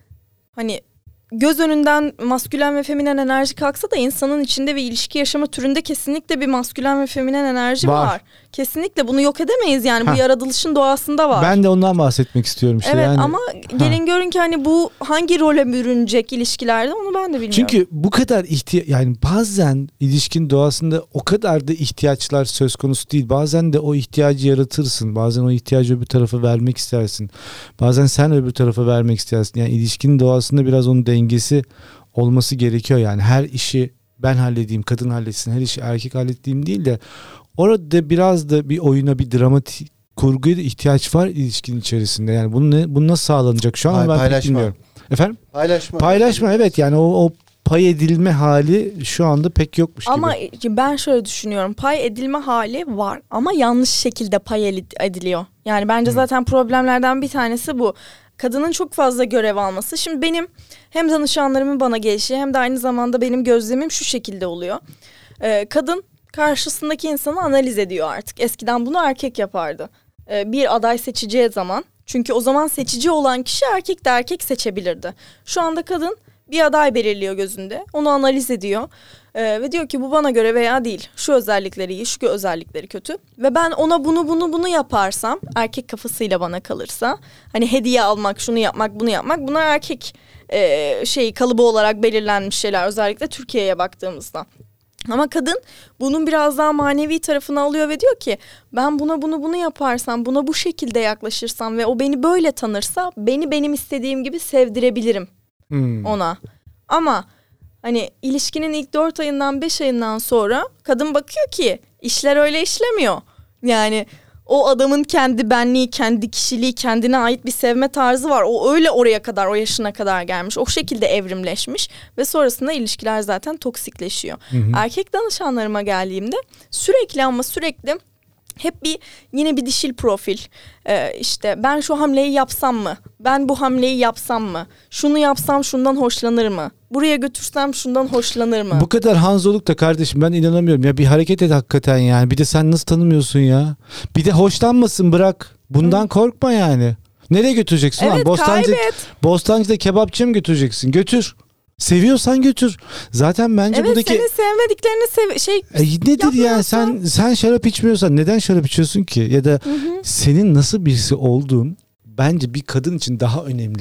hani göz önünden maskülen ve feminen enerji kalksa da insanın içinde bir ilişki yaşama türünde kesinlikle bir maskülen ve feminen enerji var. var. Kesinlikle bunu yok edemeyiz yani. Ha. Bu yaratılışın doğasında var. Ben de ondan bahsetmek istiyorum işte. Evet yani, ama gelin ha. görün ki hani bu hangi role bürünecek ilişkilerde onu ben de bilmiyorum. Çünkü bu kadar ihtiyaç, yani bazen ilişkin doğasında o kadar da ihtiyaçlar söz konusu değil. Bazen de o ihtiyacı yaratırsın. Bazen o ihtiyacı öbür tarafa vermek istersin. Bazen sen öbür tarafa vermek istersin. Yani ilişkinin doğasında biraz onun dengesi olması gerekiyor. Yani her işi ben halledeyim, kadın halletsin, her işi erkek hallettiğim değil de orada biraz da bir oyuna, bir dramatik kurguya da ihtiyaç var ilişkinin içerisinde. Yani bunu ne, bunu nasıl sağlanacak şu an ben pek bilmiyorum. Efendim? Paylaşma. Paylaşma evet, yani o, o pay edilme hali şu anda pek yokmuş ama gibi. Ama ben şöyle düşünüyorum. Pay edilme hali var ama yanlış şekilde pay ediliyor. Yani bence hmm. zaten problemlerden bir tanesi bu. Kadının çok fazla görev alması. Şimdi benim hem danışanlarımın bana gelişi hem de aynı zamanda benim gözlemim şu şekilde oluyor. Ee, kadın karşısındaki insanı analiz ediyor artık. Eskiden bunu erkek yapardı. Ee, bir aday seçeceği zaman. Çünkü o zaman seçici olan kişi erkek de erkek seçebilirdi. Şu anda kadın bir aday belirliyor gözünde. Onu analiz ediyor. Ee, ve diyor ki bu bana göre veya değil. Şu özellikleri iyi, şu özellikleri kötü. Ve ben ona bunu bunu bunu yaparsam, erkek kafasıyla bana kalırsa, hani hediye almak, şunu yapmak, bunu yapmak, bunlar erkek e, şey kalıbı olarak belirlenmiş şeyler. Özellikle Türkiye'ye baktığımızda. Ama kadın bunun biraz daha manevi tarafını alıyor ve diyor ki ben buna bunu bunu yaparsam, buna bu şekilde yaklaşırsam ve o beni böyle tanırsa beni benim istediğim gibi sevdirebilirim hmm. ona. Ama hani ilişkinin ilk dört ayından beş ayından sonra kadın bakıyor ki işler öyle işlemiyor. Yani o adamın kendi benliği, kendi kişiliği, kendine ait bir sevme tarzı var. O öyle oraya kadar, o yaşına kadar gelmiş. O şekilde evrimleşmiş ve sonrasında ilişkiler zaten toksikleşiyor. Hı hı. Erkek danışanlarıma geldiğimde sürekli ama sürekli hep bir yine bir dişil profil. Ee, işte ben şu hamleyi yapsam mı? Ben bu hamleyi yapsam mı? Şunu yapsam şundan hoşlanır mı? Buraya götürsem şundan hoşlanır mı? Bu kadar hanzoluk da kardeşim ben inanamıyorum. Ya bir hareket et hakikaten yani. Bir de sen nasıl tanımıyorsun ya? Bir de hoşlanmasın bırak. Bundan Hı. korkma yani. Nereye götüreceksin evet, lan? Bostancı, kaybet. Bostancı'da kebapçıya mı götüreceksin? Götür. Seviyorsan götür. Zaten bence evet, buradaki... Evet senin sevmediklerini sev şey e, nedir yani sen sen şarap içmiyorsan neden şarap içiyorsun ki? Ya da hı hı. senin nasıl birisi olduğun bence bir kadın için daha önemli.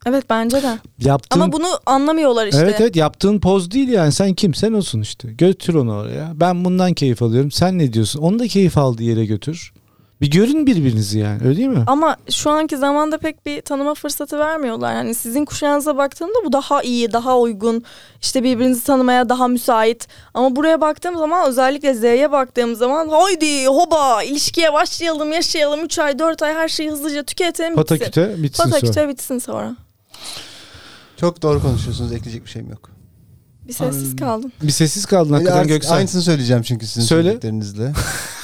Evet bence de. Yaptığın... Ama bunu anlamıyorlar işte. Evet evet yaptığın poz değil yani, sen kimsen olsun işte. Götür onu oraya. Ben bundan keyif alıyorum. Sen ne diyorsun? Onu da keyif aldığı yere götür. Bir görün birbirinizi yani, öyle değil mi? Ama şu anki zamanda pek bir tanıma fırsatı vermiyorlar. Yani sizin kuşağınıza baktığımda bu daha iyi, daha uygun. İşte birbirinizi tanımaya daha müsait. Ama buraya baktığım zaman, özellikle Z'ye baktığım zaman haydi hoba ilişkiye başlayalım, yaşayalım. üç ay dört ay her şeyi hızlıca tüketelim, bitsin. Pataküte bitsin sonra. Pataküte bitsin sonra. Çok doğru konuşuyorsunuz. Ekleyecek bir şeyim yok. Bir sessiz Ay, kaldın. Bir sessiz kaldın hakikaten Artık Göksel. aynısını söyleyeceğim çünkü sizin Söyle. söylediklerinizle.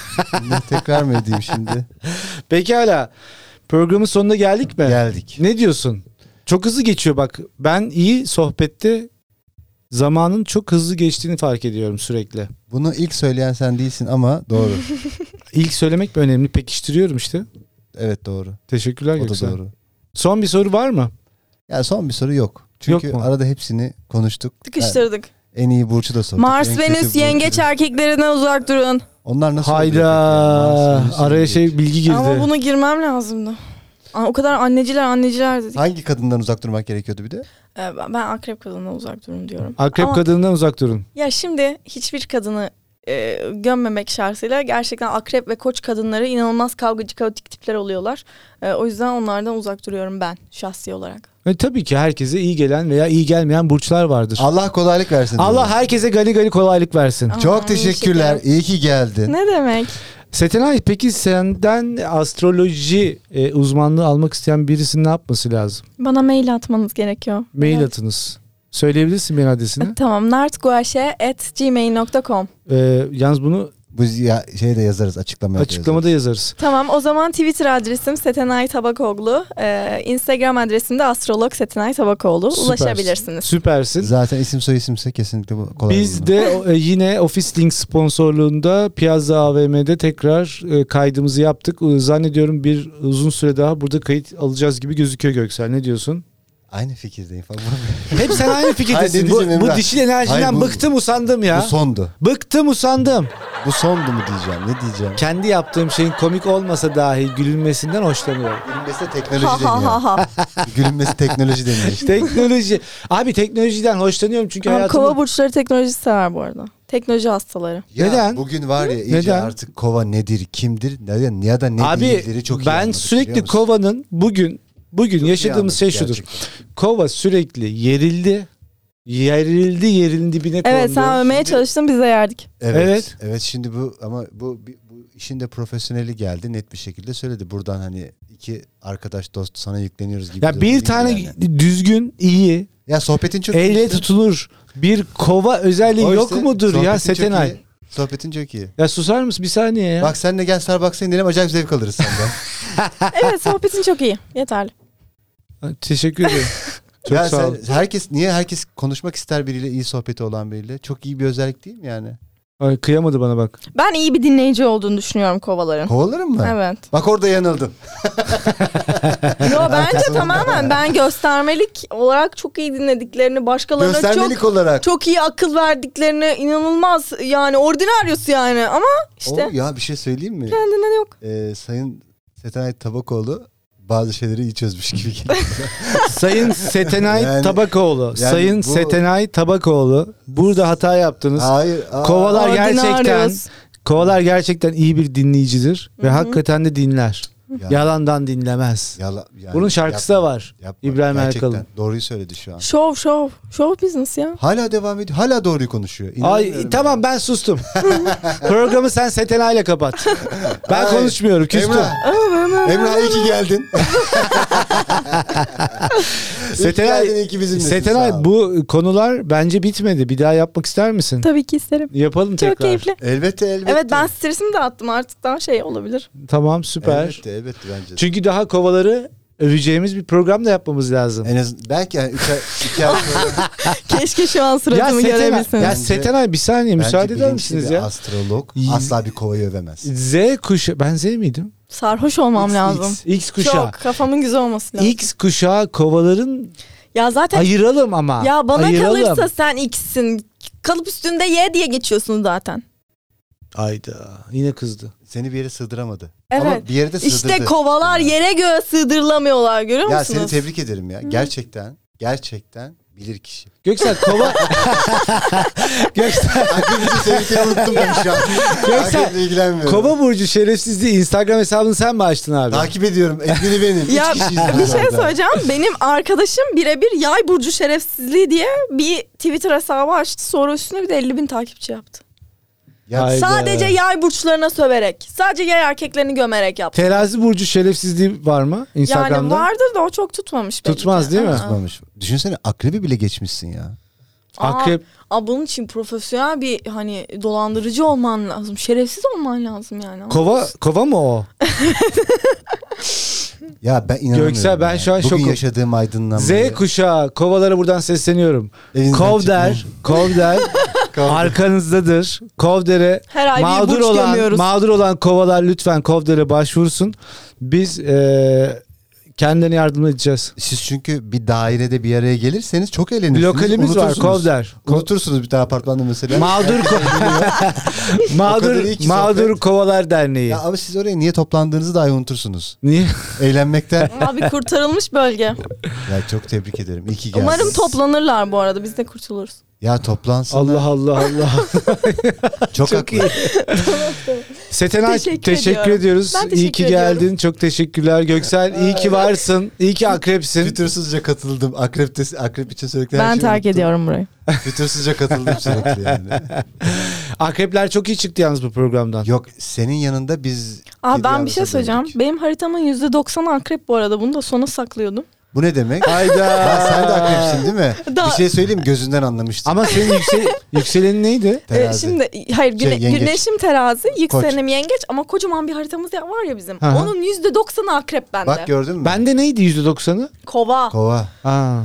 Ne, tekrar mı edeyim şimdi? Pekala. Programın sonuna geldik mi? Geldik. Ne diyorsun? Çok hızlı geçiyor bak. Ben iyi sohbette zamanın çok hızlı geçtiğini fark ediyorum sürekli. Bunu ilk söyleyen sen değilsin ama doğru. İlk söylemek mi önemli? Pekiştiriyorum işte. Evet doğru. Teşekkürler O da Göksel. doğru. Son bir soru var mı? Ya son bir soru yok. Çünkü Yok mu? arada hepsini konuştuk. Tıkıştırdık. Yani en iyi Burç'u da sorduk. Mars, en kötü Venüs, Burç'u yengeç da- erkeklerinden uzak durun. Onlar nasıl oluyor Hayda. peki ya? Mars, Venüs, Araya yengeç. şey bilgi girdi. Ama buna girmem lazımdı. Aa, o kadar anneciler anneciler dedik. Hangi kadından uzak durmak gerekiyordu bir de? Ee, ben akrep kadından uzak durun diyorum. Akrep Ama kadından uzak durun. ya şimdi hiçbir kadını e, gömmemek şartıyla gerçekten akrep ve koç kadınları inanılmaz kavgacı, kaotik tipler oluyorlar. E, o yüzden onlardan uzak duruyorum ben şahsi olarak. E, tabii ki herkese iyi gelen veya iyi gelmeyen burçlar vardır. Allah kolaylık versin. Allah diyorum. herkese gani gani kolaylık versin. Aa, Çok teşekkürler. teşekkür İyi ki geldin. Ne demek? Setenay, peki senden astroloji e, uzmanlığı almak isteyen birisinin ne yapması lazım? Bana mail atmanız gerekiyor. Mail Evet. atınız. Söyleyebilirsin mail adresini. Tamam. nartguaşe at gmail nokta com. E, yalnız bunu Bu ya, şeyde yazarız açıklamaya. açıklamada yazarız. Tamam, o zaman Twitter adresim Setenay Tabakoğlu. Ee, Instagram adresim de astrolog Setenay Tabakoğlu. Süpersin. Ulaşabilirsiniz. Süpersin. Zaten isim soy isimse kesinlikle bu kolay. Biz bulunur. de e, yine Office Link sponsorluğunda Piazza A V M'de tekrar e, kaydımızı yaptık. E, Zannediyorum bir uzun süre daha burada kayıt alacağız gibi gözüküyor Göksel. Ne diyorsun? Aynı fikirdeyim falan. Hep sen aynı Hayır, fikirdesin. ne bu, diyeceğim bu Emrah? dişil enerjiden Hayır, bu- bıktım usandım ya. Bu sondu. Bıktım usandım. Bu sondu mu diyeceğim. Ne diyeceğim? Kendi yaptığım şeyin komik olmasa dahi gülünmesinden hoşlanıyorum. Gülünmesi de teknoloji Ha ha deniyor. ha ha. Gülünmesi teknoloji deniyor işte. Teknoloji. Abi teknolojiden hoşlanıyorum çünkü Ama hayatımda... Kova burçları teknoloji sever bu arada. Teknoloji hastaları. Ya Neden? Bugün var ya iyice Neden? artık kova nedir, kimdir ya, ya da ne Abi değildir'i çok iyi ben anladık, sürekli biliyor musun? kovanın bugün bugün Çok iyi yaşadığımız şey anladık şudur. gerçekten. Kova sürekli yerildi. Yerildi yerin dibine kondu. Evet, sen övmeye Şimdi- çalıştın, biz de yerdik. Evet, Evet. evet. şimdi bu ama bu bu işin de profesyoneli geldi, net bir şekilde söyledi. Buradan hani iki arkadaş dost sana yükleniyoruz gibi. Ya durum bir değil tane yani. düzgün, iyi, Ya sohbetin çok iyi elle işte. tutulur bir kova özelliği O yok işte, mudur ya sohbetin çok Setenay? iyi. Sohbetin çok iyi. Ya susar mısın bir saniye ya? Bak sen de gel Starbucks'a inelim, acayip zevk alırız senden. Evet, sohbetin çok iyi. Yeterli. Teşekkür ederim. Çok ya sağ ol. sen, herkes niye herkes konuşmak ister biriyle, iyi sohbeti olan biriyle? Çok iyi bir özellik değil mi yani? Ay, kıyamadı bana bak. Ben iyi bir dinleyici olduğunu düşünüyorum kovaların. Kovalarım mı? Evet. Bak orada yanıldım. Yo, bence tamamen ben göstermelik olarak çok iyi dinlediklerini, başkalarına Göstermelik çok olarak. çok iyi akıl verdiklerini, inanılmaz yani ordinaryos yani, ama işte O, ya bir şey söyleyeyim mi? kendine yok. Ee, Sayın Setenay Tabakoğlu bazı şeyleri iyi çözmüş gibi geliyor. Sayın Setenay Yani- Tabakoğlu. yani Sayın bu- Setenay Tabakoğlu. Burada hata yaptınız. Hayır. aa, Kovalar gerçekten Ordinaryos. Kovalar gerçekten iyi bir dinleyicidir ve Hı hı. hakikaten de dinler. ya- Yalandan dinlemez. yala- yani Bunun şarkısı yapma, da var. yapma. İbrahim Gerçekten Erkal'ın. Doğruyu söyledi şu an. Şov şov. Şov business ya. Hala devam ediyor. Hala doğruyu konuşuyor. Ay İnanamıyorum tamam ya. ben sustum. Programı sen Setenay'la kapat. Ben Ay, konuşmuyorum. Küstüm. Emrah. Emrah iyi ki geldin. Setenay, İyi ki geldin, iyi ki bizimlesin. Setenay Sağ ol. bu konular bence bitmedi. Bir daha yapmak ister misin? Tabii ki isterim. Yapalım Çok tekrar. keyifli. Elbette elbette. Evet, ben stresimi de attım, artık daha şey olabilir. Tamam süper. Elbette elbette bence. de. Çünkü daha kovaları öveceğimiz bir program da yapmamız lazım. En az belki yani üç ay, iki ay sonra Keşke şu an Ya suratımı Setenay, görebilseniz. ya Bence- Setenay bir saniye müsaade bence eder bilinçli misiniz bir ya? astrolog Y- asla bir kovayı övemez. Z kuşağı, ben Z miydim? Sarhoş olmam X, lazım. X, X kuşağı. Çok, kafamın güzel olması lazım. X kuşağı kovaların Ya zaten ayıralım ama. ya bana ayıralım. kalırsa sen X'sin. Kalıp üstünde Y diye geçiyorsun zaten. Ayda yine kızdı. Seni bir yere sığdıramadı. Evet. Ama bir yere de sığdırdı. İşte kovalar yere göğe sığdırılamıyorlar, görüyor Ya musunuz? seni tebrik ederim ya. Gerçekten, gerçekten bilir kişi. Göksel kova... Göksel, Aklımızı sevdiğini unuttum ben şu an. Göksel, Akreple ilgilenmiyorum. Kova burcu şerefsizliği Instagram hesabını sen mi açtın abi? Takip ediyorum. Edmini benim. Ya Üç kişiyiz bir biz şey orada. söyleyeceğim. Benim arkadaşım birebir yay burcu şerefsizliği diye bir Twitter hesabı açtı. Sonra üstüne bir de elli bin takipçi yaptı. Ya, Hayda. Sadece yay burçlarına söverek. Sadece yay erkeklerini gömerek yaptı. Terazi burcu şerefsizliği var mı Instagram'da? Yani vardır da o çok tutmamış belki. Tutmaz değil mi? Aa. tutmamış. Düşünsene akrebi bile geçmişsin ya. Akrep. Aa, aa, bunun için profesyonel bir hani dolandırıcı olman lazım. Şerefsiz olman lazım yani. Kova, kova mı o? Ya ben inanamıyorum. Göksel, ben ya. şu an Bugün şokum. yaşadığım aydınlanmayı. Z kuşağı kovalara buradan sesleniyorum. Elinizden Kovder, çıkmış. Kovder Kovder. arkanızdadır. Kovder'e Her ay bir mağdur burç olan gömüyoruz. mağdur olan kovalar lütfen Kovder'e başvursun. Biz eee kendilerine yardım edeceğiz. Siz çünkü bir dairede bir araya gelirseniz çok eğlenirsiniz. Lokalimiz var Unutursunuz. Kovder. Unutursunuz bir tane apartmanda mesela. Mağdur ko- O kadar mağdur iyi ki mağdur sohbet. Kovalar Derneği. Ya ama siz oraya niye toplandığınızı dahi unutursunuz. Niye? Eğlenmekten. Abi kurtarılmış bölge. Ya çok tebrik ederim. İyi ki geldiniz. Umarım toplanırlar bu arada. Biz de kurtuluruz. Ya toplansınlar. Allah Allah Allah. Çok, Çok haklı. iyi. Setenay Teşekkür teşekkür, ediyorum. ediyoruz. Ben iyi teşekkür ki ediyorum. geldin. Çok teşekkürler Göksel. İyi ki varsın. İyi ki akrepsin. Fütursuzca katıldım. Akrep, de, akrep için söyledikleri her Ben şeyi terk unuttum. ediyorum burayı. Fütursuzca katıldım sürekli yani. Akrepler çok iyi çıktı yalnız bu programdan. Yok senin yanında biz... Aa, kedi ben bir yavrusu şey söyleyeceğim. döndük. Benim haritamın yüzde doksanı akrep bu arada. Bunu da sona saklıyordum. Bu ne demek? Hayda. Ha, sen de akrepsin değil mi? Da- Bir şey söyleyeyim mi? Gözünden anlamıştım. Ama senin yüksel yükselenin neydi? Ee, Terazi. şimdi hayır güne, Şey, yengeç. güneşim terazi, yükselenim yengeç ama kocaman bir haritamız ya- var ya bizim. Hı hı. Onun yüzde doksanı akrep bende. Bak gördün mü? Bende neydi yüzde doksanı? Kova. Kova. Ha.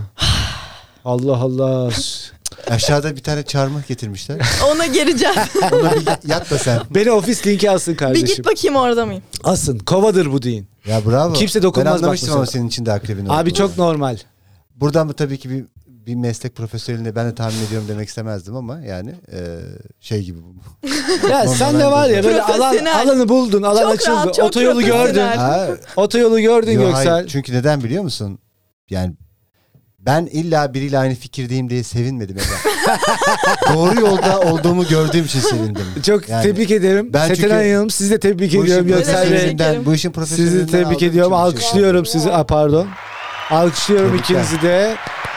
Allah Allah. Aşağıda bir tane çarmıh getirmişler. Ona geleceğiz. Ona bir yat da sen. Beni ofis linki alsın Bir kardeşim. git bakayım orada mıyım? Asın. Kovadır bu deyin. Ya bravo. Kimse dokunmaz Ben anlamıştım bak ama mesela. senin içinde akrebin olduğunu. Abi çok normal. Buradan bu tabii ki bir bir meslek profesörüne ben de tahmin ediyorum demek istemezdim ama yani e, şey gibi bu. Ya sen de var ya böyle alan, Profesyonel. alanı buldun. Alan Çok açıldı. rahat, çok Otoyolu profesyonel. gördün. Ha, Otoyolu gördün yo, Göksel. hayır. Çünkü neden biliyor musun? Yani ben illa biriyle aynı fikirdeyim diye sevinmedim Eda. Doğru yolda olduğumu gördüğüm için sevindim. Çok Yani tebrik ederim. ben çünkü Setenay Hanım sizi de tebrik Bu ediyorum işin Göksel Bey. profesyonelinden, bu işin profesyonelinden Sizi tebrik aldığım ediyorum. için bir şey Alkışlıyorum sizi. Aa, pardon. Alkışlıyorum Tebrikler. ikinizi de.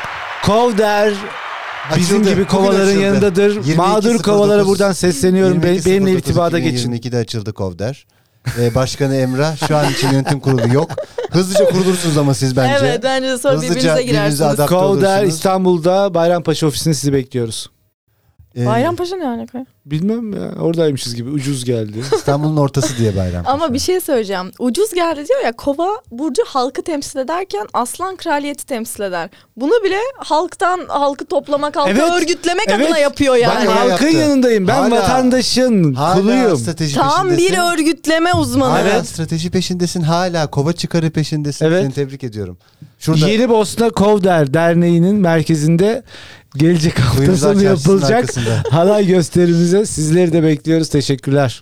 Kovder bizim Açıldı. gibi Bugün kovaların açıldı. yanındadır. yirmi iki Mağdur sıfır kovalara dokuz buradan sesleniyorum. Be- yirmi iki benimle sıfır dokuz irtibata iki bin geçin. yirmi ikide açıldı Kovder. Ee, Başkanı Emrah şu an için yönetim kurulu yok. Hızlıca kurulursunuz ama siz bence. Evet bence de sonra Hızlıca birbirinize birbirinize girersiniz. adapte Kovder olursunuz. İstanbul'da Bayrampaşa ofisinde sizi bekliyoruz. Ee, Bayrampaşa ne alaka? Bilmem ya oradaymışız gibi ucuz geldi. İstanbul'un ortası diye Bayrampaşa. Ama bir şey söyleyeceğim. Ucuz geldi diyor ya, kova burcu halkı temsil ederken aslan kraliyeti temsil eder. Bunu bile halktan halkı toplamak, halkı Evet, örgütlemek evet. adına yapıyor yani. Ben öyle halkın yaptı. yanındayım. Ben Hala- vatandaşın Hala kuluyum. strateji Tam peşindesin. bir örgütleme uzmanı. Hala Evet. strateji peşindesin. Hala kova çıkarı peşindesin. Evet. Seni tebrik ediyorum. Şurada Yeni Bosna Kovder Derneği'nin merkezinde gelecek hafta Kuyumcular sonu Çarşısı'nın yapılacak arkasında. halay gösterimize sizleri de bekliyoruz. Teşekkürler.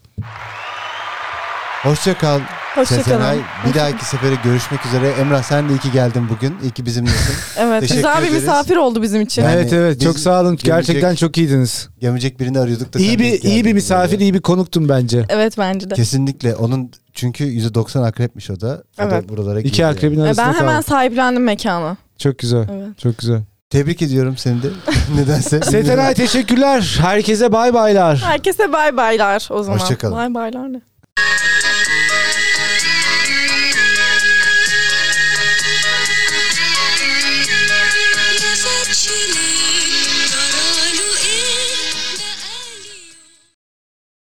Hoşça kal. Hoşçakalın. Sezenay. Bir dahaki sefere görüşmek üzere. Emrah sen de iyi ki geldin bugün. İyi ki bizimlesin. Evet, Teşekkür güzel bir ederiz. misafir oldu bizim için. Yani evet evet çok biz sağ olun. gelecek- Gerçekten çok iyiydiniz. Gömecek birini arıyorduk da. İyi sen bir denk iyi bir geldin misafir, buraya. iyi bir konuktun bence. Evet bence de. Kesinlikle. Onun çünkü yüzde doksan akrepmiş o da. O Evet. da buralara İki girdi akrebin yani. E, arasında Ben hemen kaldım. sahiplendim mekanı. Çok güzel. Evet. Çok güzel. Tebrik ediyorum seni de. Nedense. Setenay teşekkürler. Herkese bay baylar. Herkese bay baylar o zaman. Hoşça kalın. Bay baylar ne?